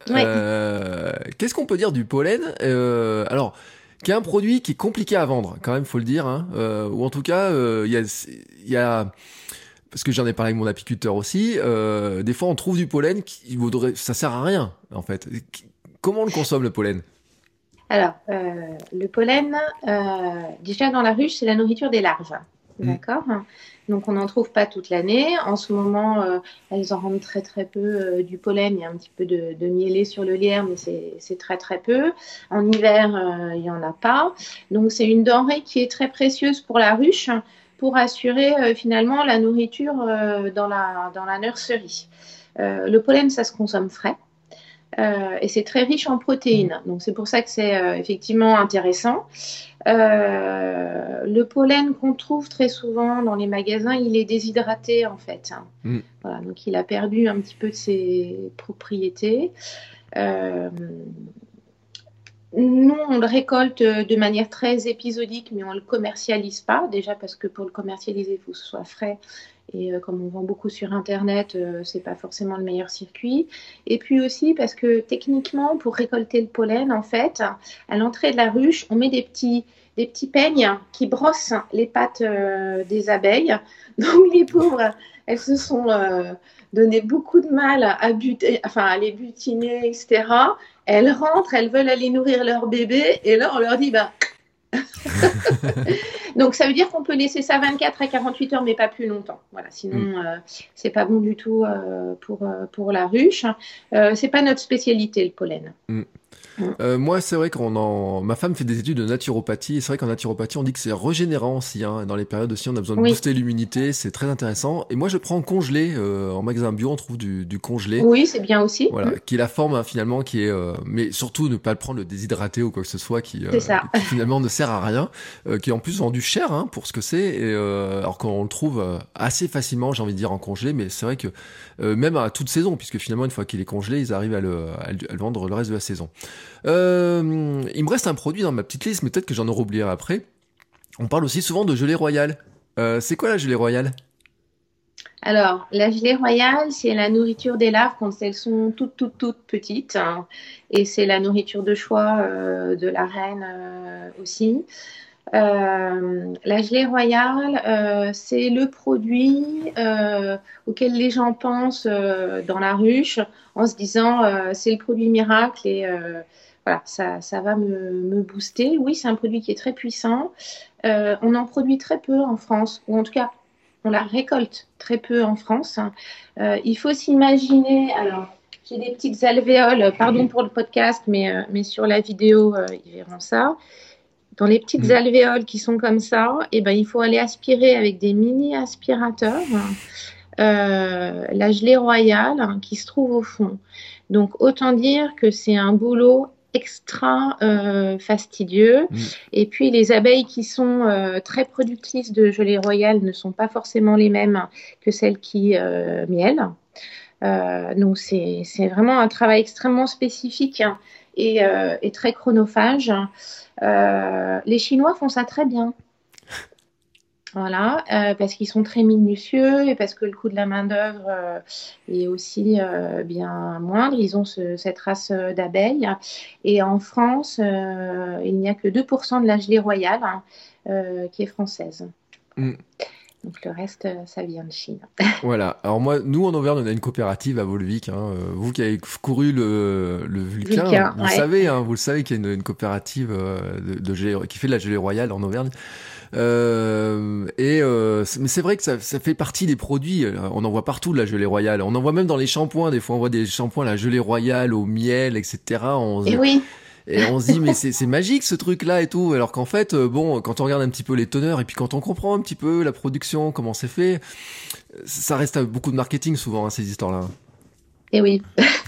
Ouais. Euh, qu'est-ce qu'on peut dire du pollen euh, Alors, qui est un produit qui est compliqué à vendre, quand même, faut le dire. Hein, euh, ou en tout cas, il euh, y, a, y a... Parce que j'en ai parlé avec mon apiculteur aussi, euh, des fois on trouve du pollen qui vaudrait... Ça sert à rien, en fait. Comment on le consomme, le pollen ? Alors, euh, le pollen, euh, déjà dans la ruche, c'est la nourriture des larves. Mmh. D'accord ? Donc, on n'en trouve pas toute l'année. En ce moment, euh, elles en rendent très, très peu euh, du pollen. Il y a un petit peu de, de mielé sur le lierre, mais c'est, c'est très, très peu. En hiver, euh, il n'y en a pas. Donc, c'est une denrée qui est très précieuse pour la ruche pour assurer euh, finalement la nourriture euh, dans, la, dans la nurserie. Euh, le pollen, ça se consomme frais. Euh, et c'est très riche en protéines. Donc, c'est pour ça que c'est euh, effectivement intéressant. Euh, le pollen qu'on trouve très souvent dans les magasins, il est déshydraté en fait. Mm. Voilà, donc il a perdu un petit peu de ses propriétés. Euh, nous, on le récolte de manière très épisodique, mais on ne le commercialise pas. Déjà parce que pour le commercialiser, il faut que ce soit frais. Et euh, comme on vend beaucoup sur Internet, euh, ce n'est pas forcément le meilleur circuit. Et puis aussi parce que techniquement, pour récolter le pollen, en fait, à l'entrée de la ruche, on met des petits, des petits peignes qui brossent les pattes euh, des abeilles. Donc les pauvres, elles se sont euh, donné beaucoup de mal à, buter, enfin, à les butiner, et cetera. Elles rentrent, elles veulent aller nourrir leur bébé. Et là, on leur dit... Bah, donc ça veut dire qu'on peut laisser ça vingt-quatre à quarante-huit heures mais pas plus longtemps, voilà, sinon mmh. euh, c'est pas bon du tout euh, pour, euh, pour la ruche. Euh, c'est pas notre spécialité, le pollen. mmh. Euh, moi, c'est vrai qu'on en... Ma femme fait des études de naturopathie, et c'est vrai qu'en naturopathie, on dit que c'est régénérant aussi, hein. Dans les périodes aussi, on a besoin de oui. booster l'immunité, c'est très intéressant. Et moi, je prends congelé, euh, en magasin bio, on trouve du, du congelé. Oui, c'est bien aussi. Voilà, mmh. qui est la forme, hein, finalement, qui est... Euh... Mais surtout, ne pas le prendre le déshydraté ou quoi que ce soit, qui, euh, qui finalement ne sert à rien, euh, qui est en plus vendu cher, hein, pour ce que c'est, et, euh, alors qu'on le trouve euh, assez facilement, j'ai envie de dire, en congelé, mais c'est vrai que euh, même à toute saison, puisque finalement, une fois qu'il est congelé, ils arrivent à le, à le, à le vendre le reste de la saison. Euh, il me reste un produit dans ma petite liste, mais peut-être que j'en aurai oublié après. On parle aussi souvent de gelée royale. Euh, c'est quoi la gelée royale ? Alors, la gelée royale, c'est la nourriture des larves quand elles sont toutes, toutes, toutes petites. Hein, et c'est la nourriture de choix euh, de la reine euh, aussi. Euh, la gelée royale, euh, c'est le produit euh, auquel les gens pensent euh, dans la ruche en se disant euh, c'est le produit miracle et euh, voilà, ça, ça va me, me booster. Oui, c'est un produit qui est très puissant. Euh, on en produit très peu en France, ou en tout cas, on la récolte très peu en France. Euh, il faut s'imaginer, alors j'ai des petites alvéoles, pardon pour le podcast, mais, euh, mais sur la vidéo, euh, ils verront ça. Dans les petites mmh. alvéoles qui sont comme ça, eh ben, il faut aller aspirer avec des mini-aspirateurs euh, la gelée royale hein, qui se trouve au fond. Donc, autant dire que c'est un boulot extra euh, fastidieux. Mmh. Et puis, les abeilles qui sont euh, très productrices de gelée royale ne sont pas forcément les mêmes que celles qui euh, miellent. Euh, donc, c'est, c'est vraiment un travail extrêmement spécifique hein, et, euh, et très chronophage. Euh, les Chinois font ça très bien. Voilà, euh, parce qu'ils sont très minutieux et parce que le coût de la main-d'œuvre euh, est aussi euh, bien moindre. Ils ont ce, cette race d'abeilles. Et en France, euh, il n'y a que deux pour cent de la gelée royale hein, euh, qui est française. Mm. Donc le reste, ça vient de Chine. Voilà. Alors moi, nous en Auvergne, on a une coopérative à Volvic. Hein. Vous qui avez couru le, le Vulcain, Vulcain vous ouais. savez, hein, vous le savez qu'il y a une, une coopérative euh, de, de gelée, qui fait de la gelée royale en Auvergne. Euh, et euh, mais c'est vrai que ça, ça fait partie des produits. On en voit partout de la gelée royale. On en voit même dans les shampoings. Des fois, on voit des shampoings la gelée royale au miel, et cetera. On et oui. Et on se dit mais c'est, c'est magique ce truc-là et tout. Alors qu'en fait, euh, bon, quand on regarde un petit peu les teneurs et puis quand on comprend un petit peu la production, comment c'est fait, ça reste beaucoup de marketing souvent hein, ces histoires-là. Et oui.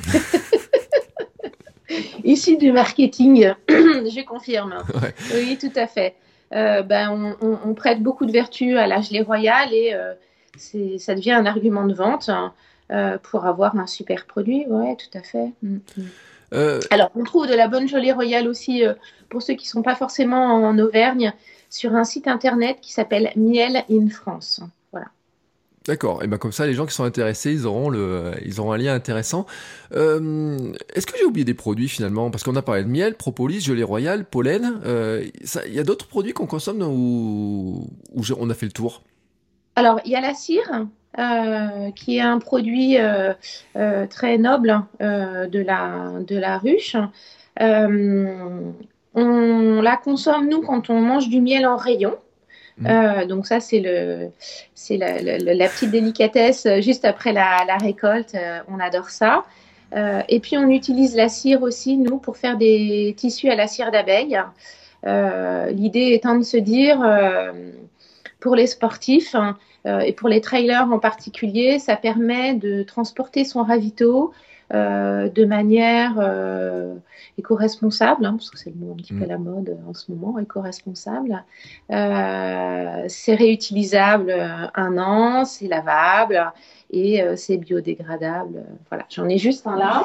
Issu du marketing, je confirme. Ouais. Oui, tout à fait. Euh, ben, on, on, on prête beaucoup de vertu à la gelée royale et euh, c'est, ça devient un argument de vente hein, euh, pour avoir un super produit. Ouais, tout à fait. Mm-hmm. Euh... Alors, on trouve de la bonne gelée royale aussi, euh, pour ceux qui ne sont pas forcément en Auvergne, sur un site internet qui s'appelle Miel in France. Voilà. D'accord. Et ben comme ça, les gens qui sont intéressés, ils auront le, ils auront un lien intéressant. Euh, est-ce que j'ai oublié des produits finalement? Parce qu'on a parlé de miel, propolis, gelée royale, pollen. Euh, ça- Il y a d'autres produits qu'on consomme où, où j'ai- on a fait le tour? Alors, il y a la cire, euh, qui est un produit euh, euh, très noble euh, de la, de la ruche. Euh, on la consomme, nous, quand on mange du miel en rayon. Mhm. Euh, donc ça, c'est le, c'est la, la- la- la petite délicatesse euh, juste après la, la récolte. Euh, on adore ça. Euh, et puis, on utilise la cire aussi, nous, pour faire des tissus à la cire d'abeille. Euh, l'idée étant de se dire, euh, pour les sportifs hein, euh, et pour les trailers en particulier, ça permet de transporter son ravito euh, de manière euh, éco-responsable, hein, parce que c'est le mot un petit peu à Mhm. la mode en ce moment, éco-responsable. Euh, c'est réutilisable euh, un an, c'est lavable et euh, c'est biodégradable. Voilà, j'en ai juste un là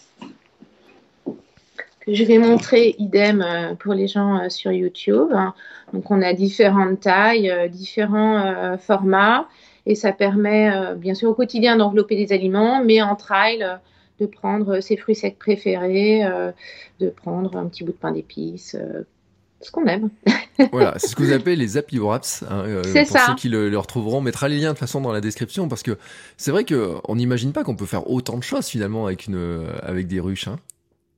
que je vais montrer idem euh, pour les gens euh, sur YouTube. Donc, on a différentes tailles, euh, différents euh, formats, et ça permet, euh, bien sûr, au quotidien d'envelopper des aliments, mais en trail, euh, de prendre ses fruits secs préférés, euh, de prendre un petit bout de pain d'épices, euh, ce qu'on aime. Voilà, c'est ce que vous appelez les Happy Wraps. Hein, euh, C'est pour ceux ça. qui le, le retrouveront, on mettra les liens de toute façon dans la description parce que c'est vrai que on n'imagine pas qu'on peut faire autant de choses finalement avec une, avec des ruches. Hein.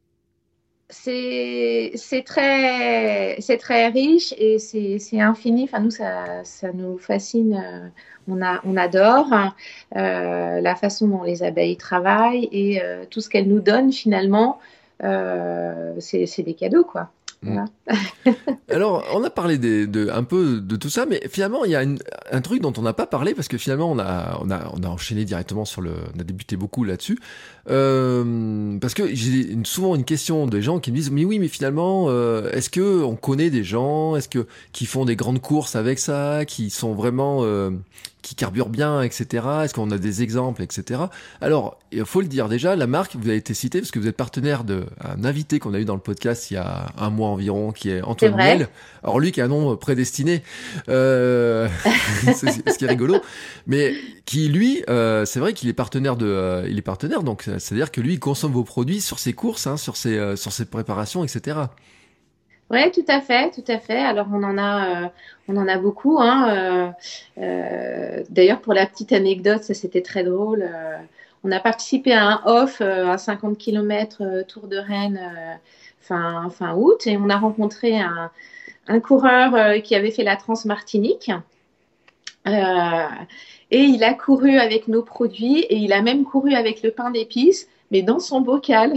C'est c'est très, c'est très riche et c'est c'est infini. Enfin, nous, ça, ça nous fascine. euh, On a, on adore euh, la façon dont les abeilles travaillent et euh, tout ce qu'elles nous donnent finalement. Euh, c'est c'est des cadeaux, quoi. Mm. Voilà. Alors, on a parlé des, de, un peu de tout ça, mais finalement, il y a une- un truc dont on n'a pas parlé parce que finalement, on a, on a, on a enchaîné directement sur le, on a débuté beaucoup là-dessus. Euh, parce que j'ai une- souvent une question des gens qui me disent, mais oui, mais finalement, euh, est-ce que on connaît des gens, est-ce que qui font des grandes courses avec ça, qui sont vraiment, euh, qui carburent bien, et cetera. Est-ce qu'on a des exemples, et cetera. Alors, il faut le dire déjà, la marque, vous avez été cité parce que vous êtes partenaire d'un invité qu'on a eu dans le podcast il y a un mois environ, qui est C'est Antoine vrai. Miel. Alors lui qui a un nom prédestiné, euh, c'est c'est ce qui est rigolo, mais qui lui, euh, c'est vrai qu'il est partenaire de, euh, il est partenaire, donc euh, c'est-à-dire que lui il consomme vos produits sur ses courses, hein, sur ses, euh, sur ses préparations, et cetera. Ouais, tout à fait, tout à fait. Alors on en a, euh, on en a beaucoup. Hein, euh, euh, d'ailleurs, pour la petite anecdote, ça c'était très drôle. euh, on a participé à un off euh, à cinquante kilomètres euh, Tour de Rennes euh, fin, fin août et on a rencontré un, un coureur euh, qui avait fait la Transmartinique. Euh, et il a couru avec nos produits et il a même couru avec le pain d'épices, mais dans son bocal.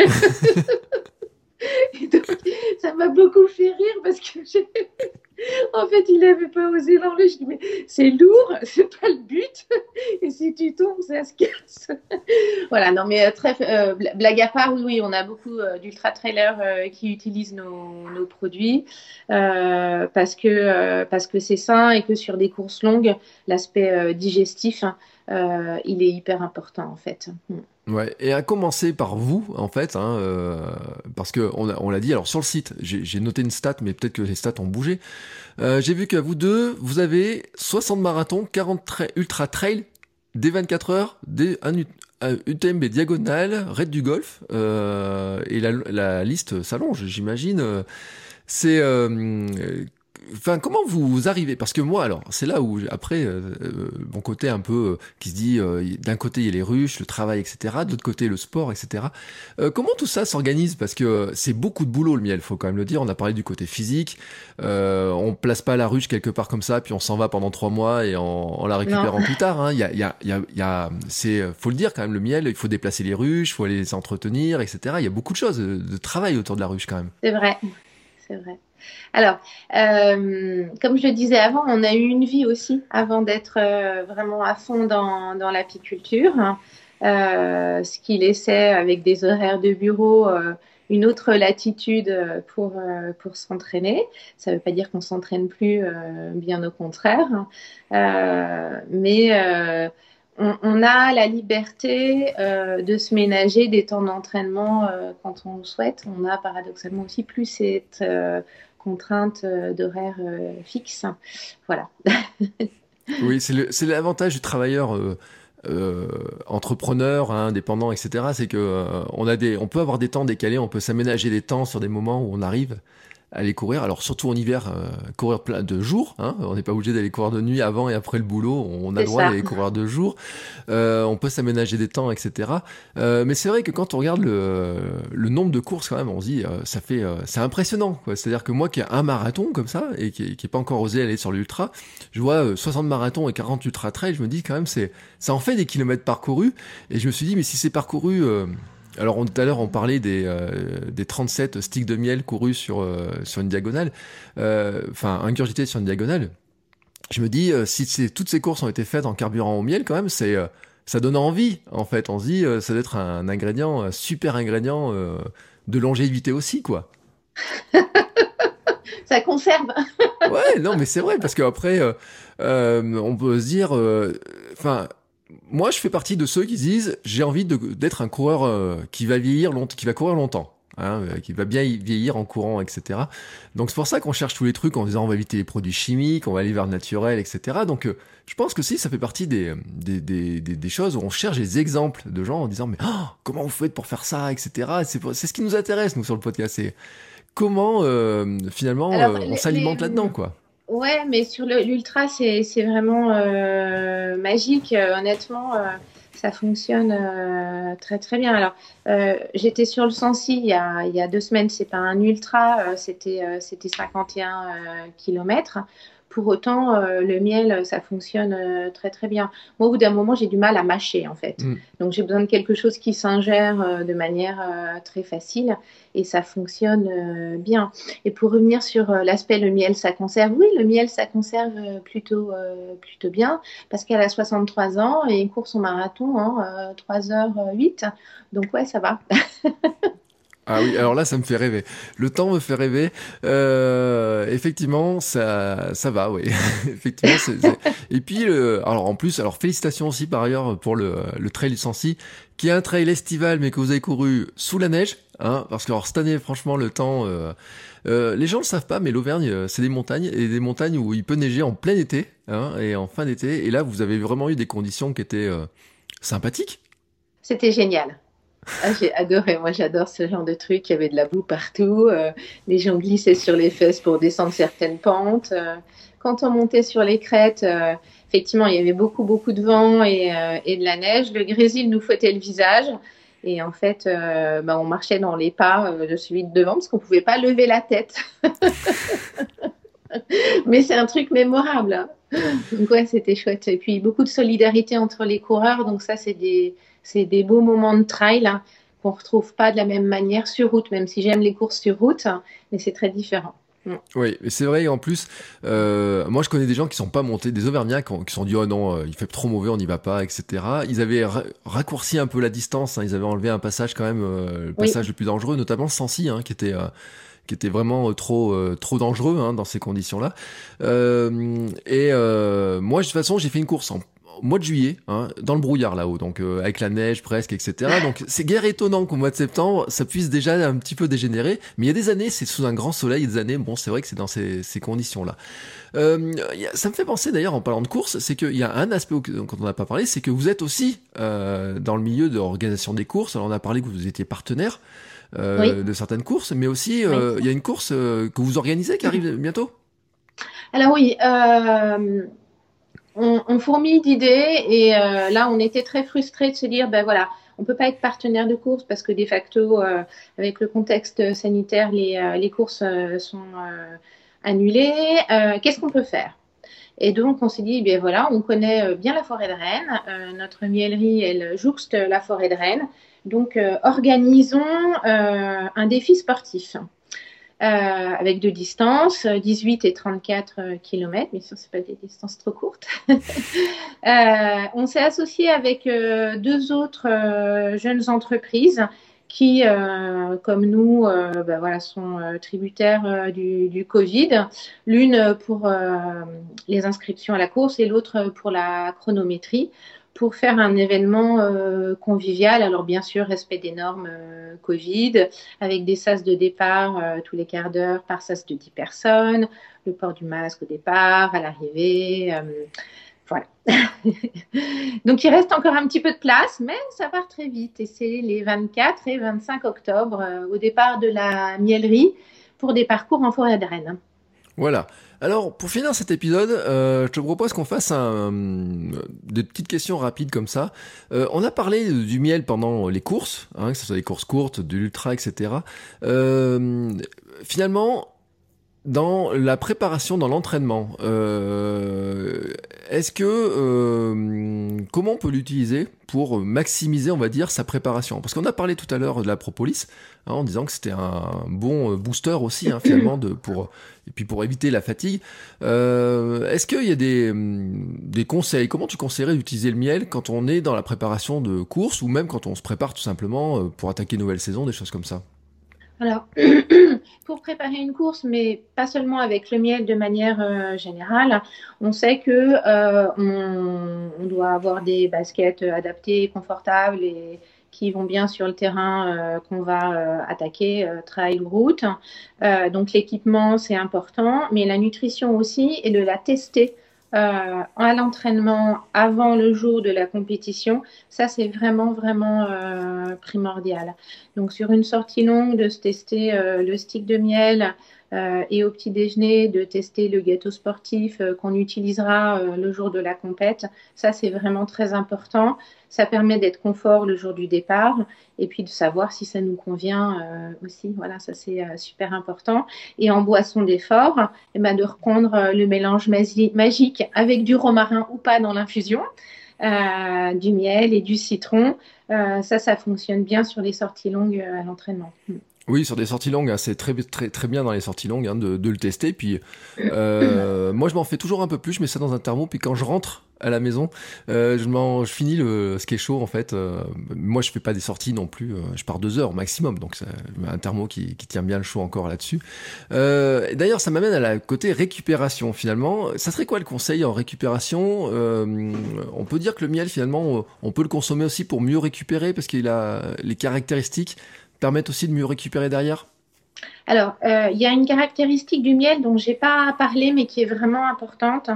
Et donc, ça m'a beaucoup fait rire parce que j'ai en fait, il n'avait pas osé l'enlever. Je dis, mais c'est lourd, c'est pas le but. Et si tu tombes, ça se casse. Voilà, non, mais euh, très, euh, blague à part, oui, oui, on a beaucoup euh, d'ultra trailers euh, qui utilisent nos, nos produits euh, parce que euh, parce que c'est sain et que sur des courses longues, l'aspect euh, digestif, hein, euh, il est hyper important en fait. Mm. Ouais, et à commencer par vous, en fait, hein, euh, parce que on, a- on l'a dit, alors sur le site, j'ai j'ai noté une stat, mais peut-être que les stats ont bougé. Euh, j'ai vu qu'à vous deux, vous avez soixante marathons, quarante tra- ultra trail, des vingt-quatre heures, des, un, U- un U T M B diagonale, raid du golf, euh, et la, la liste s'allonge, j'imagine. euh, C'est, euh, euh, enfin, comment vous arrivez? Parce que moi, alors, c'est là où après euh, euh, mon côté un peu euh, qui se dit, euh, d'un côté il y a les ruches, le travail, et cetera. De l'autre côté le sport, et cetera. Euh, comment tout ça s'organise? Parce que c'est beaucoup de boulot le miel, faut quand même le dire. On a parlé du côté physique. Euh, on place pas la ruche quelque part comme ça, puis on s'en va pendant trois mois et en, en la Non, récupérant plus tard. Hein. Il y a, il y a, il y a, il y a- c'est, faut le dire quand même, le miel. Il faut déplacer les ruches, faut aller les entretenir, et cetera. Il y a beaucoup de choses de, de travail autour de la ruche quand même. c'est vrai. C'est vrai. Alors, euh, comme je le disais avant, on a eu une vie aussi avant d'être euh, vraiment à fond dans, dans l'apiculture, hein. Euh, ce qui laissait avec des horaires de bureau euh, une autre latitude euh, pour, euh, pour s'entraîner. Ça ne veut pas dire qu'on s'entraîne plus, euh, bien au contraire, hein. Euh, mais euh, on, on a la liberté euh, de se ménager des temps d'entraînement euh, quand on le souhaite. On a paradoxalement aussi plus cette euh, contrainte euh, d'horaire euh, fixe. Voilà. Oui, c'est, le, c'est l'avantage du travailleur euh, euh, entrepreneur, hein, indépendant, et cetera. C'est que euh, on a des, on peut avoir des temps décalés, on peut s'aménager des temps sur des moments où on arrive à aller courir. Alors surtout en hiver, euh, courir plein de jours. Hein, on n'est pas obligé d'aller courir de nuit avant et après le boulot. On a le droit d'aller courir de jour. Euh, on peut s'aménager des temps, et cetera. Euh, mais c'est vrai que quand on regarde le, le nombre de courses, quand même, on se dit, euh, ça fait, euh, c'est impressionnant, quoi. C'est-à-dire que moi, qui ai un marathon comme ça et qui, qui est pas encore osé aller sur l'ultra, je vois euh, soixante marathons et quarante ultra trail. Je me dis quand même, c'est, ça en fait des kilomètres parcourus. Et je me suis dit, mais si c'est parcouru euh, alors on, tout à l'heure on parlait des, euh, des trente-sept sticks de miel courus sur, euh, sur une diagonale, euh, enfin ingurgités sur une diagonale. Je me dis, euh, si c'est, toutes ces courses ont été faites en carburant au miel quand même, c'est, euh, ça donne envie en fait. On se dit, euh, ça doit être un ingrédient, un super ingrédient euh, de longévité aussi, quoi. Ça conserve. Ouais, non mais c'est vrai parce qu'après euh, euh, on peut se dire, enfin... Euh, moi, je fais partie de ceux qui disent j'ai envie de, d'être un coureur euh, qui va vieillir longtemps, qui va courir longtemps, hein, euh, qui va bien vieillir en courant, et cetera. Donc c'est pour ça qu'on cherche tous les trucs en disant on va éviter les produits chimiques, on va aller vers le naturel, et cetera. Donc euh, je pense que si ça fait partie des des, des des des choses où on cherche des exemples de gens en disant mais oh, comment vous faites pour faire ça, et cetera. C'est c'est ce qui nous intéresse nous sur le podcast, c'est comment euh, finalement Alors, euh, on les, s'alimente les... là-dedans, quoi. Ouais, mais sur le, l'ultra, c'est, c'est vraiment euh, magique. Euh, honnêtement, euh, ça fonctionne euh, très très bien. Alors, euh, j'étais sur le Sancy il y a, il y a deux semaines. C'est pas un ultra, euh, c'était euh, c'était cinquante et un euh, kilomètres. Pour autant, euh, le miel, ça fonctionne euh, très très bien. Moi, au bout d'un moment, j'ai du mal à mâcher en fait. Mm. Donc, j'ai besoin de quelque chose qui s'ingère euh, de manière euh, très facile et ça fonctionne euh, bien. Et pour revenir sur euh, l'aspect le miel, ça conserve. Oui, le miel, ça conserve euh, plutôt euh, plutôt bien parce qu'elle a soixante-trois ans et une course au marathon, hein, euh, trois heures huit. Donc ouais, ça va. Ah oui, alors là, ça me fait rêver. Le temps me fait rêver. Euh, effectivement, ça, ça va, oui. Effectivement, c'est, c'est... Et puis, le... alors en plus, alors félicitations aussi par ailleurs pour le, le trail du Sancy, qui est un trail estival, mais que vous avez couru sous la neige, hein, parce que alors cette année, franchement, le temps, euh, euh, les gens le savent pas, mais l'Auvergne, c'est des montagnes et des montagnes où il peut neiger en plein été, hein, et en fin d'été. Et là, vous avez vraiment eu des conditions qui étaient euh, sympathiques. C'était génial. Ah, j'ai adoré, moi j'adore ce genre de truc, il y avait de la boue partout, euh, les gens glissaient sur les fesses pour descendre certaines pentes. Euh, quand on montait sur les crêtes, euh, effectivement il y avait beaucoup beaucoup de vent et, euh, et de la neige, le grésil nous fouettait le visage et en fait euh, bah, on marchait dans les pas euh, de celui de devant parce qu'on ne pouvait pas lever la tête. Mais c'est un truc mémorable, hein. Donc ouais, c'était chouette. Et puis beaucoup de solidarité entre les coureurs, donc ça c'est des... C'est des beaux moments de trail hein, qu'on ne retrouve pas de la même manière sur route, même si j'aime les courses sur route, mais c'est très différent. Mm. Oui, mais c'est vrai, en plus, euh, moi je connais des gens qui sont pas montés, des Auvergnats qui, ont, qui sont dit oh non, euh, il fait trop mauvais, on n'y va pas, et cetera. Ils avaient ra- raccourci un peu la distance, hein, ils avaient enlevé un passage quand même, euh, le passage oui. le plus dangereux, notamment le Sancy, hein, qui était... Euh, qui était vraiment trop euh, trop dangereux hein, dans ces conditions-là. Euh, et euh, moi, de toute façon, j'ai fait une course en au mois de juillet, hein, dans le brouillard là-haut, donc euh, avec la neige presque, et cetera. Donc c'est guère étonnant qu'au mois de septembre, ça puisse déjà un petit peu dégénérer. Mais il y a des années, c'est sous un grand soleil, il y a des années, bon, c'est vrai que c'est dans ces, ces conditions-là. Euh, y a, ça me fait penser d'ailleurs, en parlant de course, c'est qu'il y a un aspect dont on n'a pas parlé, c'est que vous êtes aussi euh, dans le milieu de l'organisation des courses. Alors on a parlé que vous étiez partenaire euh, oui. de certaines courses, mais aussi il euh, oui. y a une course euh, que vous organisez qui arrive bientôt. Alors oui. Euh... On, on fourmille d'idées et euh, là, on était très frustrés de se dire, ben voilà, on peut pas être partenaire de course parce que de facto, euh, avec le contexte sanitaire, les, euh, les courses euh, sont euh, annulées. Euh, qu'est-ce qu'on peut faire ? Et donc, on s'est dit, ben voilà, on connaît bien la forêt de Rennes. Euh, notre miellerie, elle jouxte la forêt de Rennes. Donc, euh, organisons euh, un défi sportif. Euh, avec deux distances, dix-huit et trente-quatre kilomètres, mais ça, c'est pas des distances trop courtes. euh, on s'est associé avec euh, deux autres euh, jeunes entreprises qui, euh, comme nous, euh, ben voilà, sont euh, tributaires euh, du, du Covid. L'une pour euh, les inscriptions à la course et l'autre pour la chronométrie, pour faire un événement euh, convivial. Alors bien sûr, respect des normes euh, Covid, avec des sas de départ euh, tous les quarts d'heure par sas de dix personnes, le port du masque au départ, à l'arrivée, euh, Voilà. Donc, il reste encore un petit peu de place, mais ça part très vite. Et c'est les vingt-quatre et vingt-cinq octobre, euh, au départ de la miellerie, pour des parcours en forêt de Rennes. Voilà. Alors, pour finir cet épisode, euh, je te propose qu'on fasse un, des petites questions rapides comme ça. Euh, on a parlé du miel pendant les courses, hein, que ce soit des courses courtes, de l'ultra, et cetera. Euh, finalement, dans la préparation, dans l'entraînement, euh, est-ce que euh, comment on peut l'utiliser pour maximiser, on va dire, sa préparation? Parce qu'on a parlé tout à l'heure de la propolis, hein, en disant que c'était un bon booster aussi, hein, finalement, de pour et puis pour éviter la fatigue. Euh, est-ce qu'il y a des des conseils? Comment tu conseillerais d'utiliser le miel quand on est dans la préparation de courses ou même quand on se prépare tout simplement pour attaquer une nouvelle saison, des choses comme ça? Alors, pour préparer une course, mais pas seulement avec le miel de manière euh, générale, on sait que euh, on, on doit avoir des baskets adaptées, confortables et qui vont bien sur le terrain euh, qu'on va euh, attaquer, euh, trail ou route. Euh, donc l'équipement, c'est important, mais la nutrition aussi, et de la tester Euh, à l'entraînement avant le jour de la compétition, ça c'est vraiment vraiment euh, primordial. Donc sur une sortie longue, de se tester euh, le stick de miel euh, et au petit déjeuner de tester le gâteau sportif euh, qu'on utilisera euh, le jour de la compète, ça c'est vraiment très important. Ça permet d'être confort le jour du départ et puis de savoir si ça nous convient euh, aussi. Voilà, ça c'est euh, super important. Et en boisson d'effort, eh ben, de reprendre euh, le mélange masi- magique avec du romarin ou pas dans l'infusion, euh, du miel et du citron. Euh, ça, ça fonctionne bien sur les sorties longues euh, à l'entraînement. Oui, sur des sorties longues, hein, c'est très, très, très bien dans les sorties longues hein, de, de le tester. Puis, euh, moi, je m'en fais toujours un peu plus. Je mets ça dans un thermo. Puis quand je rentre à la maison, euh, je, m'en, je finis le, ce qui est chaud en fait. Euh, moi, je fais pas des sorties non plus. Euh, je pars deux heures maximum. Donc, c'est un thermo qui, qui tient bien le chaud encore là-dessus. Euh, et d'ailleurs, ça m'amène à la côté récupération finalement. Ça serait quoi le conseil en récupération? euh, On peut dire que le miel finalement, on peut le consommer aussi pour mieux récupérer parce qu'il a les caractéristiques permettent aussi de mieux récupérer derrière? Alors, euh, il y a une caractéristique du miel dont je n'ai pas parlé, mais qui est vraiment importante.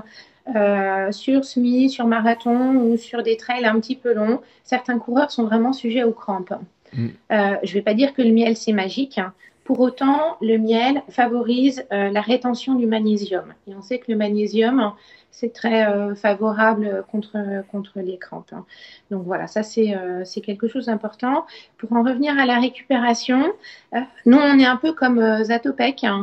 Euh, sur semi, sur marathon ou sur des trails un petit peu longs, certains coureurs sont vraiment sujets aux crampes. Mm. Euh, je ne vais pas dire que le miel, c'est magique. Hein. Pour autant, le miel favorise euh, la rétention du magnésium. Et on sait que le magnésium, c'est très euh, favorable contre, contre les crampes. Hein. Donc voilà, ça c'est, euh, c'est quelque chose d'important. Pour en revenir à la récupération, euh, nous on est un peu comme euh, Zatopek, hein,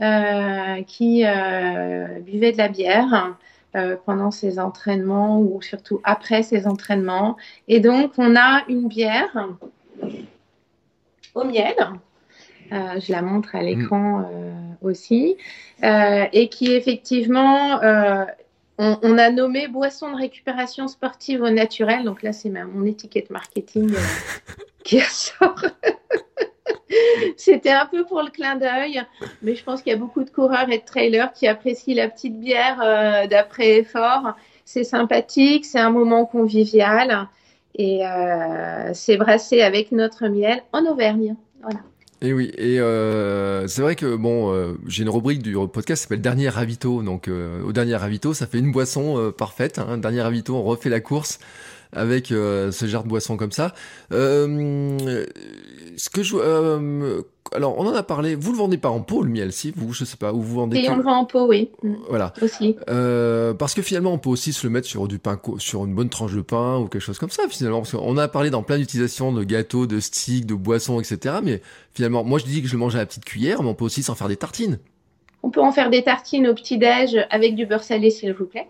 euh, qui euh, buvait de la bière euh, pendant ses entraînements ou surtout après ses entraînements. Et donc on a une bière au miel. Euh, je la montre à l'écran euh, aussi, euh, et qui effectivement, euh, on, on a nommé boisson de récupération sportive au naturel. Donc là, c'est ma, mon étiquette marketing euh, qui ressort. C'était un peu pour le clin d'œil, mais je pense qu'il y a beaucoup de coureurs et de trailers qui apprécient la petite bière euh, d'après effort. C'est sympathique, c'est un moment convivial, et euh, c'est brassé avec notre miel en Auvergne. Voilà. Et oui, et euh, c'est vrai que bon, euh, j'ai une rubrique du podcast qui s'appelle Dernier Ravito, donc euh, au Dernier Ravito, ça fait une boisson euh, parfaite. Hein, Dernier Ravito, on refait la course avec euh, ce genre de boisson comme ça. Euh, ce que je, euh, alors on en a parlé. Vous le vendez pas en pot le miel, si vous, je sais pas, ou vous vendez. Et que... on le vend en pot, oui. Voilà. Aussi. Euh, parce que finalement, on peut aussi se le mettre sur du pain, sur une bonne tranche de pain ou quelque chose comme ça. Finalement, parce qu'on a parlé dans plein d'utilisations de gâteaux, de sticks, de boissons, et cetera. Mais finalement, moi je dis que je le mange à la petite cuillère, mais on peut aussi s'en faire des tartines. On peut en faire des tartines au petit-déj avec du beurre salé, s'il vous plaît.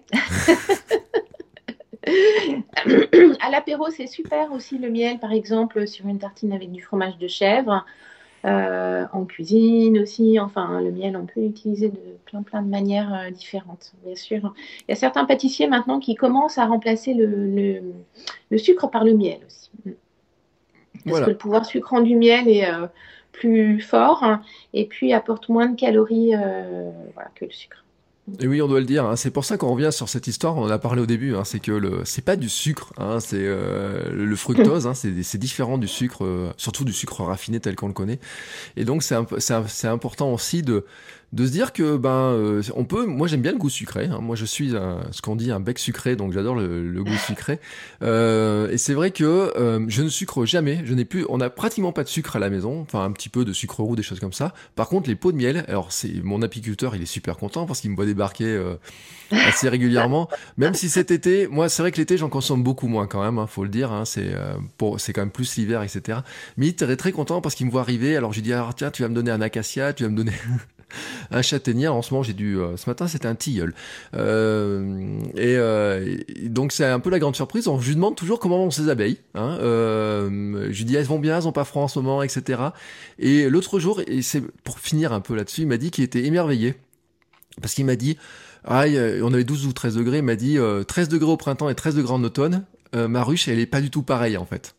À l'apéro, c'est super aussi le miel, par exemple, sur une tartine avec du fromage de chèvre. Euh, en cuisine aussi, enfin le miel on peut l'utiliser de plein plein de manières euh, différentes, bien sûr. Il y a certains pâtissiers maintenant qui commencent à remplacer le, le, le sucre par le miel aussi. Parce voilà. que le pouvoir sucrant du miel est euh, plus fort, hein, et puis apporte moins de calories euh, voilà, que le sucre. Et oui, on doit le dire, hein. C'est pour ça qu'on revient sur cette histoire, on en a parlé au début, hein. C'est que le, c'est pas du sucre, hein. C'est euh, le fructose, hein. c'est, c'est différent du sucre, euh, surtout du sucre raffiné tel qu'on le connaît. Et donc c'est, un, c'est, un, c'est important aussi de, de se dire que ben euh, on peut, moi j'aime bien le goût sucré, hein. Moi je suis un, ce qu'on dit un bec sucré, donc j'adore le, le goût sucré. Euh, et c'est vrai que euh, je ne sucre jamais, je n'ai plus, on a pratiquement pas de sucre à la maison, enfin un petit peu de sucre roux, des choses comme ça. Par contre les pots de miel, alors c'est mon apiculteur, il est super content parce qu'il me voit débarquer euh, assez régulièrement. Même si cet été, moi c'est vrai que l'été j'en consomme beaucoup moins quand même, hein, faut le dire, hein, c'est euh, pour, c'est quand même plus l'hiver, et cetera. Mais il était très content parce qu'il me voit arriver, alors je lui dis ah, tiens tu vas me donner un acacia, tu vas me donner un châtaignier. En ce moment j'ai dû euh, ce matin c'était un tilleul euh, et, euh, et donc c'est un peu la grande surprise. On, je lui demande toujours comment vont ces abeilles, hein. euh, je lui dis elles vont bien, elles ont pas froid en ce moment, etc. Et l'autre jour, et c'est pour finir un peu là-dessus, il m'a dit qu'il était émerveillé parce qu'il m'a dit ah, on avait douze ou treize degrés, il m'a dit euh, treize degrés au printemps et treize degrés en automne, euh, ma ruche elle est pas du tout pareille en fait.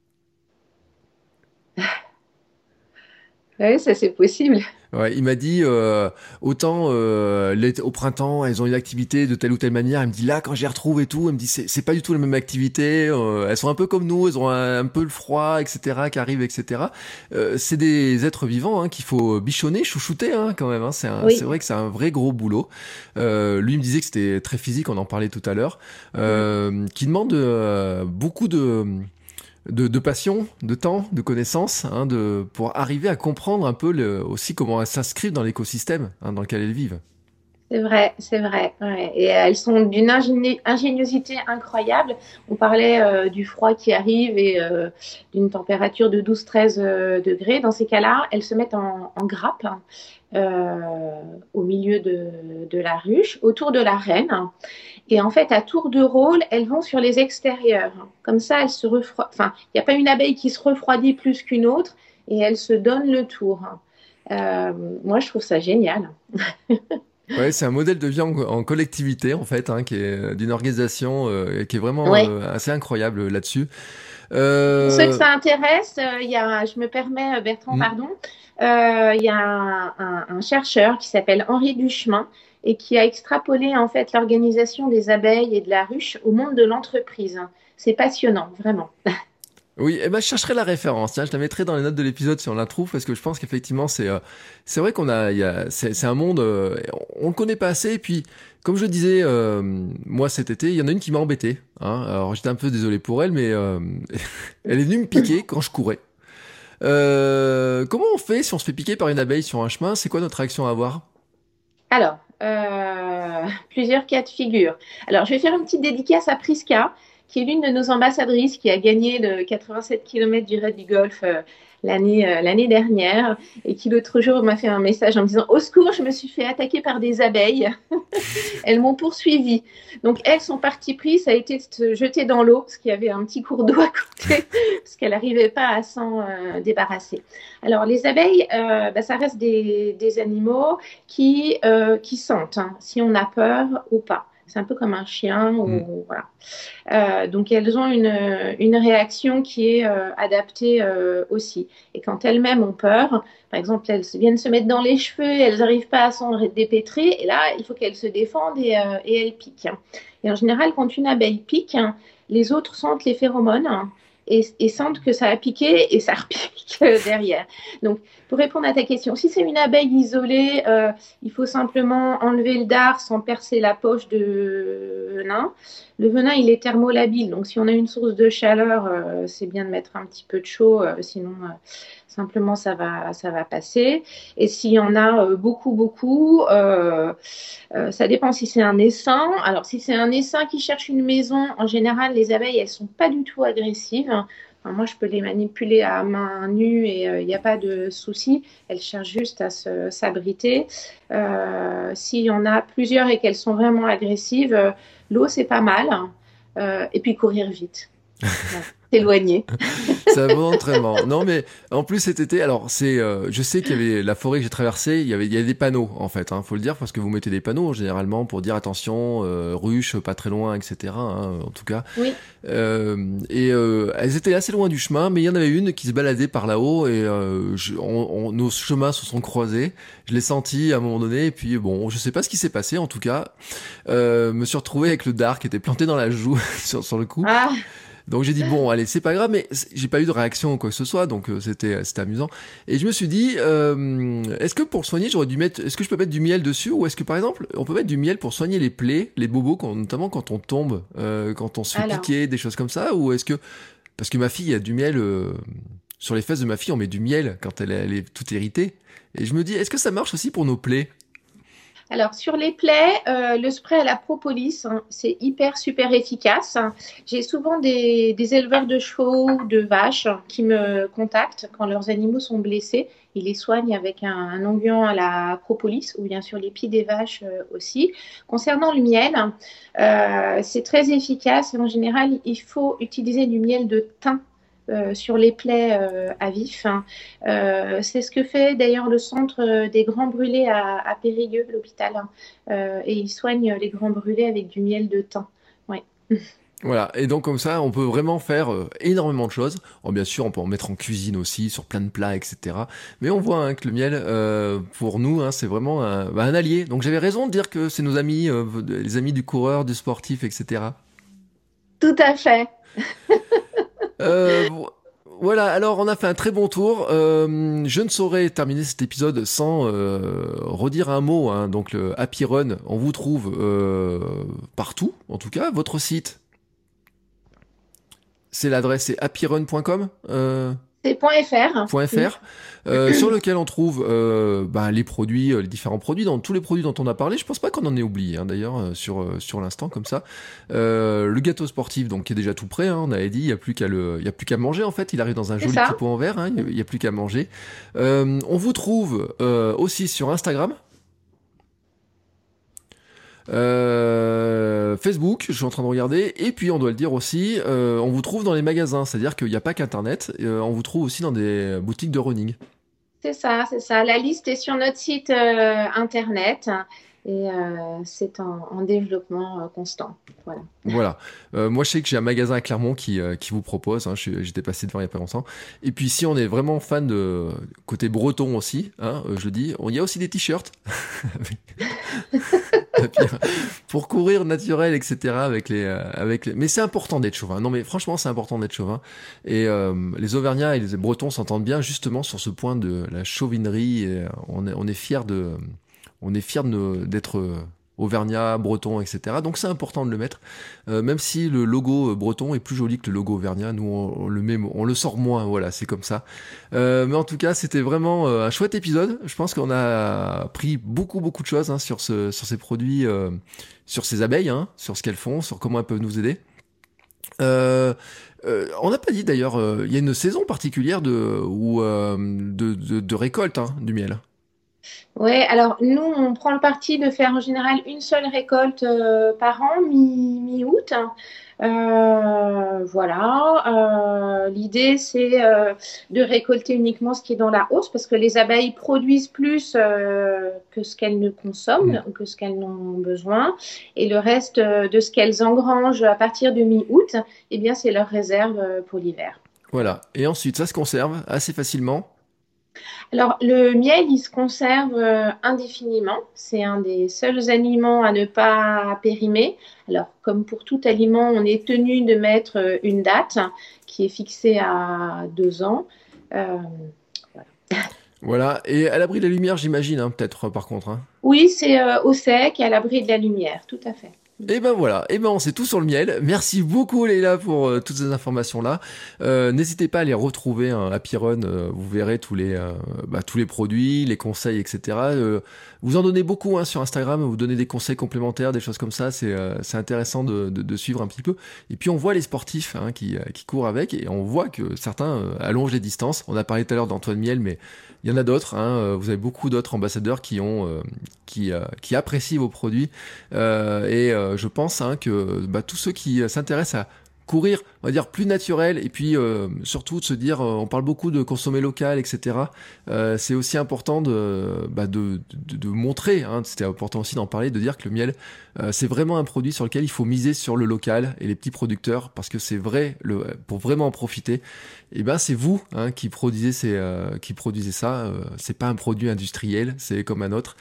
Oui, ça c'est possible. Ouais, il m'a dit euh, autant euh, au printemps elles ont une activité de telle ou telle manière. Il me dit là quand j'y retrouve et tout, il me dit c'est, c'est pas du tout la même activité. Euh, elles sont un peu comme nous, elles ont un, un peu le froid, et cetera qui arrive, et cetera. Euh, c'est des êtres vivants hein, qu'il faut bichonner, chouchouter hein, quand même. Hein. C'est, un, oui. c'est vrai que c'est un vrai gros boulot. Euh, lui il me disait que c'était très physique, on en parlait tout à l'heure, euh, mmh. qui demande euh, beaucoup de De, de passion, de temps, de connaissances, hein, de, pour arriver à comprendre un peu le, aussi comment elles s'inscrivent dans l'écosystème hein, dans lequel elles vivent. C'est vrai, c'est vrai. Ouais. Et elles sont d'une ingéni- ingéniosité incroyable. On parlait euh, du froid qui arrive et euh, d'une température de douze à treize euh, degrés. Dans ces cas-là, elles se mettent en, en grappe euh, au milieu de, de la ruche, autour de la reine. Et en fait, à tour de rôle, elles vont sur les extérieurs. Comme ça, elles se refroidissent. Enfin, il n'y a pas une abeille qui se refroidit plus qu'une autre et elles se donnent le tour. Euh, moi, je trouve ça génial. Ouais, c'est un modèle de vie en, en collectivité en fait, hein, qui est d'une organisation euh, qui est vraiment ouais. euh, assez incroyable là-dessus. Euh... Pour ceux que ça intéresse, il euh, y a, je me permets Bertrand, mmh. pardon, il euh, y a un, un, un chercheur qui s'appelle Henri Duchemin et qui a extrapolé en fait l'organisation des abeilles et de la ruche au monde de l'entreprise. C'est passionnant, vraiment. Oui, eh ben, je chercherai la référence. Tiens, je la mettrai dans les notes de l'épisode si on la trouve, parce que je pense qu'effectivement, c'est, euh, c'est vrai qu'on a, il y a, c'est, c'est un monde, euh, on le connaît pas assez. Et puis, comme je disais, euh, moi cet été, il y en a une qui m'a embêté. Hein. Alors, j'étais un peu désolé pour elle, mais euh, elle est venue me piquer quand je courais. Euh, comment on fait si on se fait piquer par une abeille sur un chemin? C'est quoi notre réaction à avoir? Alors, euh, plusieurs cas de figure. Alors, je vais faire une petite dédicace à Prisca, qui est l'une de nos ambassadrices, qui a gagné le quatre-vingt-sept kilomètres du Raid du Golfe euh, l'année, euh, l'année dernière, et qui l'autre jour m'a fait un message en me disant « Au secours, je me suis fait attaquer par des abeilles. » Elles m'ont poursuivie. Donc, elles, son parti pris, ça a été de se jeter dans l'eau, parce qu'il y avait un petit cours d'eau à côté, parce qu'elle n'arrivait pas à s'en euh, débarrasser. Alors, les abeilles, euh, bah, ça reste des, des animaux qui, euh, qui sentent hein, si on a peur ou pas. C'est un peu comme un chien. Ou, mmh. voilà. Euh, donc, elles ont une, une réaction qui est euh, adaptée euh, aussi. Et quand elles-mêmes ont peur, par exemple, elles viennent se mettre dans les cheveux, elles n'arrivent pas à s'en dépêtrer. Et là, il faut qu'elles se défendent et, euh, et elles piquent. Et en général, quand une abeille pique, les autres sentent les phéromones et, et sentent que ça a piqué et ça repique derrière. Donc, pour répondre à ta question, si c'est une abeille isolée, euh, il faut simplement enlever le dard sans percer la poche de venin. Le venin, il est thermolabile, donc si on a une source de chaleur, euh, c'est bien de mettre un petit peu de chaud, euh, sinon euh, simplement ça va, ça va passer. Et s'il y en a euh, beaucoup, beaucoup, euh, euh, ça dépend si c'est un essaim. Alors si c'est un essaim qui cherche une maison, en général, les abeilles, elles sont pas du tout agressives. Enfin, moi, je peux les manipuler à main nue et il euh, n'y a pas de souci. Elles cherchent juste à se, s'abriter. Euh, s'il y en a plusieurs et qu'elles sont vraiment agressives, euh, l'eau, c'est pas mal. Euh, et puis courir vite. S'éloigner. C'est un bon entraînement. Non, mais en plus cet été, alors c'est, euh, je sais qu'il y avait la forêt que j'ai traversée, il y avait, il y avait des panneaux en fait. Hein, faut le dire parce que vous mettez des panneaux généralement pour dire attention, euh, ruche, pas très loin, et cetera. Hein, en tout cas. Oui. Euh, et euh, elles étaient assez loin du chemin, mais il y en avait une qui se baladait par là-haut et euh, je, on, on, nos chemins se sont croisés. Je l'ai senti à un moment donné et puis bon, je sais pas ce qui s'est passé. En tout cas, euh, me suis retrouvé avec le dard qui était planté dans la joue sur, sur le coup. Ah. Donc j'ai dit bon, allez, c'est pas grave, mais j'ai pas eu de réaction ou quoi que ce soit, donc euh, c'était c'était amusant. Et je me suis dit, euh, est-ce que pour le soigner, j'aurais dû mettre, est-ce que je peux mettre du miel dessus, ou est-ce que par exemple, on peut mettre du miel pour soigner les plaies, les bobos, quand, notamment quand on tombe, euh, quand on se fait Alors. piquer, des choses comme ça, ou est-ce que, parce que ma fille a du miel euh, sur les fesses de ma fille, on met du miel quand elle, elle est toute irritée, et je me dis, est-ce que ça marche aussi pour nos plaies? Alors, sur les plaies, euh, le spray à la propolis, hein, c'est hyper, super efficace. J'ai souvent des, des éleveurs de chevaux ou de vaches qui me contactent quand leurs animaux sont blessés. Ils les soignent avec un, un onguent à la propolis, ou bien sûr les pieds des vaches euh, aussi. Concernant le miel, euh, c'est très efficace. En général, il faut utiliser du miel de thym. Euh, sur les plaies euh, à vif. Euh, c'est ce que fait d'ailleurs le centre des grands brûlés à, à Périgueux, l'hôpital. Euh, et ils soignent les grands brûlés avec du miel de thym. Ouais. Voilà, et donc comme ça, on peut vraiment faire euh, énormément de choses. Oh, bien sûr, on peut en mettre en cuisine aussi, sur plein de plats, et cetera. Mais on voit hein, que le miel, euh, pour nous, hein, c'est vraiment un, bah, un allié. Donc j'avais raison de dire que c'est nos amis, euh, les amis du coureur, du sportif, et cetera. Tout à fait. Euh, voilà, alors on a fait un très bon tour. Euh, je ne saurais terminer cet épisode sans euh, redire un mot. Hein. Donc le Happy Run, on vous trouve euh, partout, en tout cas. Votre site, c'est l'adresse, c'est happy run point com. Euh... C'est .fr. .fr, euh, sur lequel on trouve euh, bah, les produits, euh, les différents produits, dans tous les produits dont on a parlé. Je pense pas qu'on en ait oublié, hein, d'ailleurs, euh, sur euh, sur l'instant comme ça. Euh, le gâteau sportif, donc qui est déjà tout prêt. Hein, on avait dit, il y a plus qu'à le, il y a plus qu'à manger en fait. Il arrive dans un joli petit pot en verre. Hein, il y a plus qu'à manger. Euh, on vous trouve euh, aussi sur Instagram. Euh, Facebook, je suis en train de regarder, et puis on doit le dire aussi, euh, on vous trouve dans les magasins, c'est-à-dire qu'il n'y a pas qu'Internet, euh, on vous trouve aussi dans des boutiques de running. C'est ça, c'est ça. La liste est sur notre site euh, internet et euh, c'est en, en développement euh, constant. Voilà. Voilà. Euh, moi, je sais que j'ai un magasin à Clermont qui, euh, qui vous propose. Hein, je, j'étais passé devant il y a pas longtemps. Et puis, si on est vraiment fan de côté breton aussi, hein, euh, je le dis, il y a aussi des t-shirts. Pour courir naturel, et cetera. Avec les, euh, avec les... Mais c'est important d'être chauvin. Non, mais franchement, c'est important d'être chauvin. Et euh, les Auvergnats et les Bretons s'entendent bien justement sur ce point de la chauvinerie. Et on est, on est fiers de, on est fiers de nos, d'être euh, Auvergnat, Breton, et cetera. Donc c'est important de le mettre. Euh, même si le logo breton est plus joli que le logo auvergnat, nous on, on le met, on le sort moins. Voilà, c'est comme ça. Euh, mais en tout cas, c'était vraiment euh, un chouette épisode. Je pense qu'on a appris beaucoup beaucoup de choses hein, sur ce, sur ces produits, euh, sur ces abeilles, hein, sur ce qu'elles font, sur comment elles peuvent nous aider. Euh, euh, on n'a pas dit d'ailleurs, il euh, y a une saison particulière de, ou euh, de, de, de récolte hein, du miel. Oui, alors nous, on prend le parti de faire en général une seule récolte euh, par an, mi, mi-août. Euh, voilà. Euh, l'idée, c'est euh, de récolter uniquement ce qui est dans la hausse parce que les abeilles produisent plus euh, que ce qu'elles ne consomment ou que ce qu'elles n'ont besoin. Et le reste euh, de ce qu'elles engrangent à partir de mi-août, eh bien, c'est leur réserve euh, pour l'hiver. Voilà. Et ensuite, ça se conserve assez facilement. Alors, le miel, il se conserve euh, indéfiniment. C'est un des seuls aliments à ne pas périmer. Alors, comme pour tout aliment, on est tenu de mettre euh, une date qui est fixée à deux ans. Euh, voilà. Voilà. Et à l'abri de la lumière, j'imagine, hein, peut-être, par contre. Hein. Oui, c'est euh, au sec et à l'abri de la lumière, tout à fait. Et ben voilà, et ben on sait tout sur le miel. Merci beaucoup Leïla pour euh, toutes ces informations-là. Euh, n'hésitez pas à les retrouver un hein, Happy Run, euh, vous verrez tous les euh, bah, tous les produits, les conseils, et cetera. Euh, vous en donnez beaucoup hein, sur Instagram, vous donnez des conseils complémentaires, des choses comme ça. C'est euh, c'est intéressant de, de, de suivre un petit peu. Et puis on voit les sportifs hein, qui euh, qui courent avec, et on voit que certains euh, allongent les distances. On a parlé tout à l'heure d'Antoine Miel, mais il y en a d'autres. Hein, vous avez beaucoup d'autres ambassadeurs qui ont euh, qui euh, qui apprécient vos produits euh, et euh, je pense hein, que bah, tous ceux qui s'intéressent à courir, on va dire plus naturel, et puis euh, surtout de se dire, euh, on parle beaucoup de consommer local, et cetera. Euh, c'est aussi important de, bah, de, de, de montrer, hein, c'était important aussi d'en parler, de dire que le miel, euh, c'est vraiment un produit sur lequel il faut miser sur le local et les petits producteurs, parce que c'est vrai, le, pour vraiment en profiter, et ben c'est vous hein, qui produisez ces, euh, qui produisez ça. Euh, c'est pas un produit industriel, c'est comme un autre.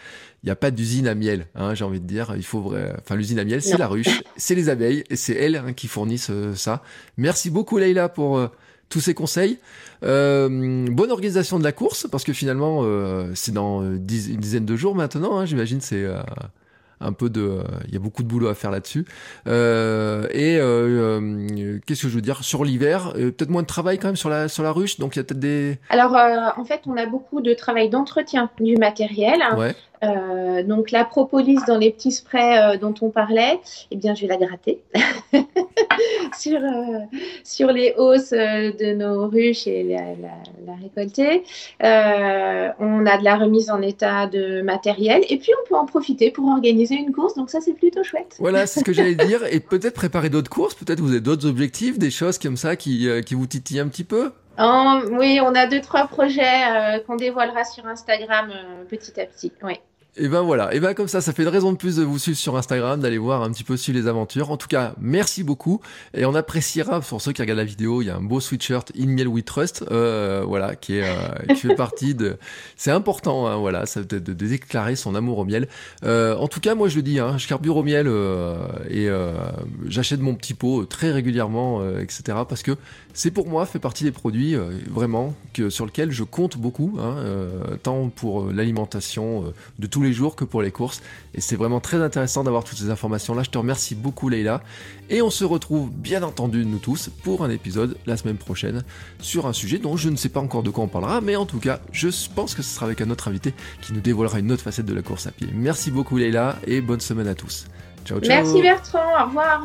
il n'y a pas d'usine à miel, hein, j'ai envie de dire. Il faut vrai... Enfin, l'usine à miel, c'est Non. la ruche, c'est les abeilles, et c'est elles hein, qui fournissent euh, ça. Merci beaucoup, Leïla, pour euh, tous ces conseils. Euh, bonne organisation de la course, parce que finalement, euh, c'est dans euh, dix, une dizaine de jours maintenant, hein, j'imagine, c'est... Euh, un peu de, il euh, y a beaucoup de boulot à faire là-dessus. Euh, et euh, euh, qu'est-ce que je veux dire sur l'hiver, euh, peut-être moins de travail quand même sur la sur la ruche, donc il y a peut-être des. Alors, euh, en fait, on a beaucoup de travail d'entretien du matériel. Ouais. Euh, donc, la propolis dans les petits sprays euh, dont on parlait, eh bien, je vais la gratter sur, euh, sur les hausses euh, de nos ruches et la, la, la récolter. Euh, on a de la remise en état de matériel et puis on peut en profiter pour organiser une course. Donc, ça, c'est plutôt chouette. Voilà, c'est ce que j'allais dire. Et peut-être préparer d'autres courses, peut-être vous avez d'autres objectifs, des choses comme ça qui, euh, qui vous titillent un petit peu. Oh, oui, on a deux, trois projets euh, qu'on dévoilera sur Instagram euh, petit à petit. Oui. Et ben voilà, et ben comme ça, ça fait une raison de plus de vous suivre sur Instagram, d'aller voir un petit peu suivre les aventures. En tout cas, merci beaucoup, et on appréciera, pour ceux qui regardent la vidéo, il y a un beau sweatshirt In Miel We Trust, euh, voilà, qui est, euh, qui fait partie de, c'est important, hein, voilà, ça de, de déclarer son amour au miel. Euh, en tout cas, moi je le dis, hein, je carbure au miel euh, et euh, j'achète mon petit pot très régulièrement, euh, et cetera. Parce que c'est pour moi fait partie des produits euh, vraiment que sur lesquels je compte beaucoup, hein, euh, tant pour l'alimentation euh, de tous les jours que pour les courses, et c'est vraiment très intéressant d'avoir toutes ces informations là. Je te remercie beaucoup, Leïla, et on se retrouve bien entendu nous tous pour un épisode la semaine prochaine sur un sujet dont je ne sais pas encore de quoi on parlera, mais en tout cas je pense que ce sera avec un autre invité qui nous dévoilera une autre facette de la course à pied. Merci beaucoup, Leïla, et bonne semaine à tous. Ciao, ciao. Merci Bertrand, au revoir.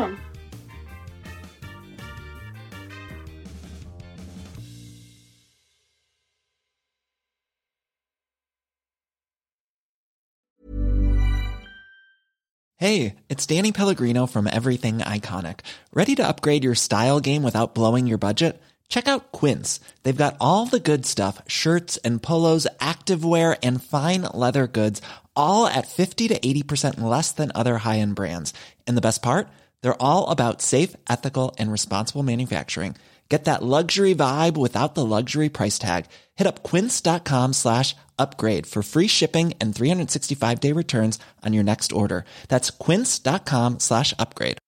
Hey, it's Danny Pellegrino from Everything Iconic. Ready to upgrade your style game without blowing your budget? Check out Quince. They've got all the good stuff, shirts and polos, activewear, and fine leather goods, all at fifty to eighty percent less than other high-end brands. And the best part? They're all about safe, ethical, and responsible manufacturing. Get that luxury vibe without the luxury price tag. Hit up quince.com slash upgrade for free shipping and three sixty-five day returns on your next order. That's quince.com slash upgrade.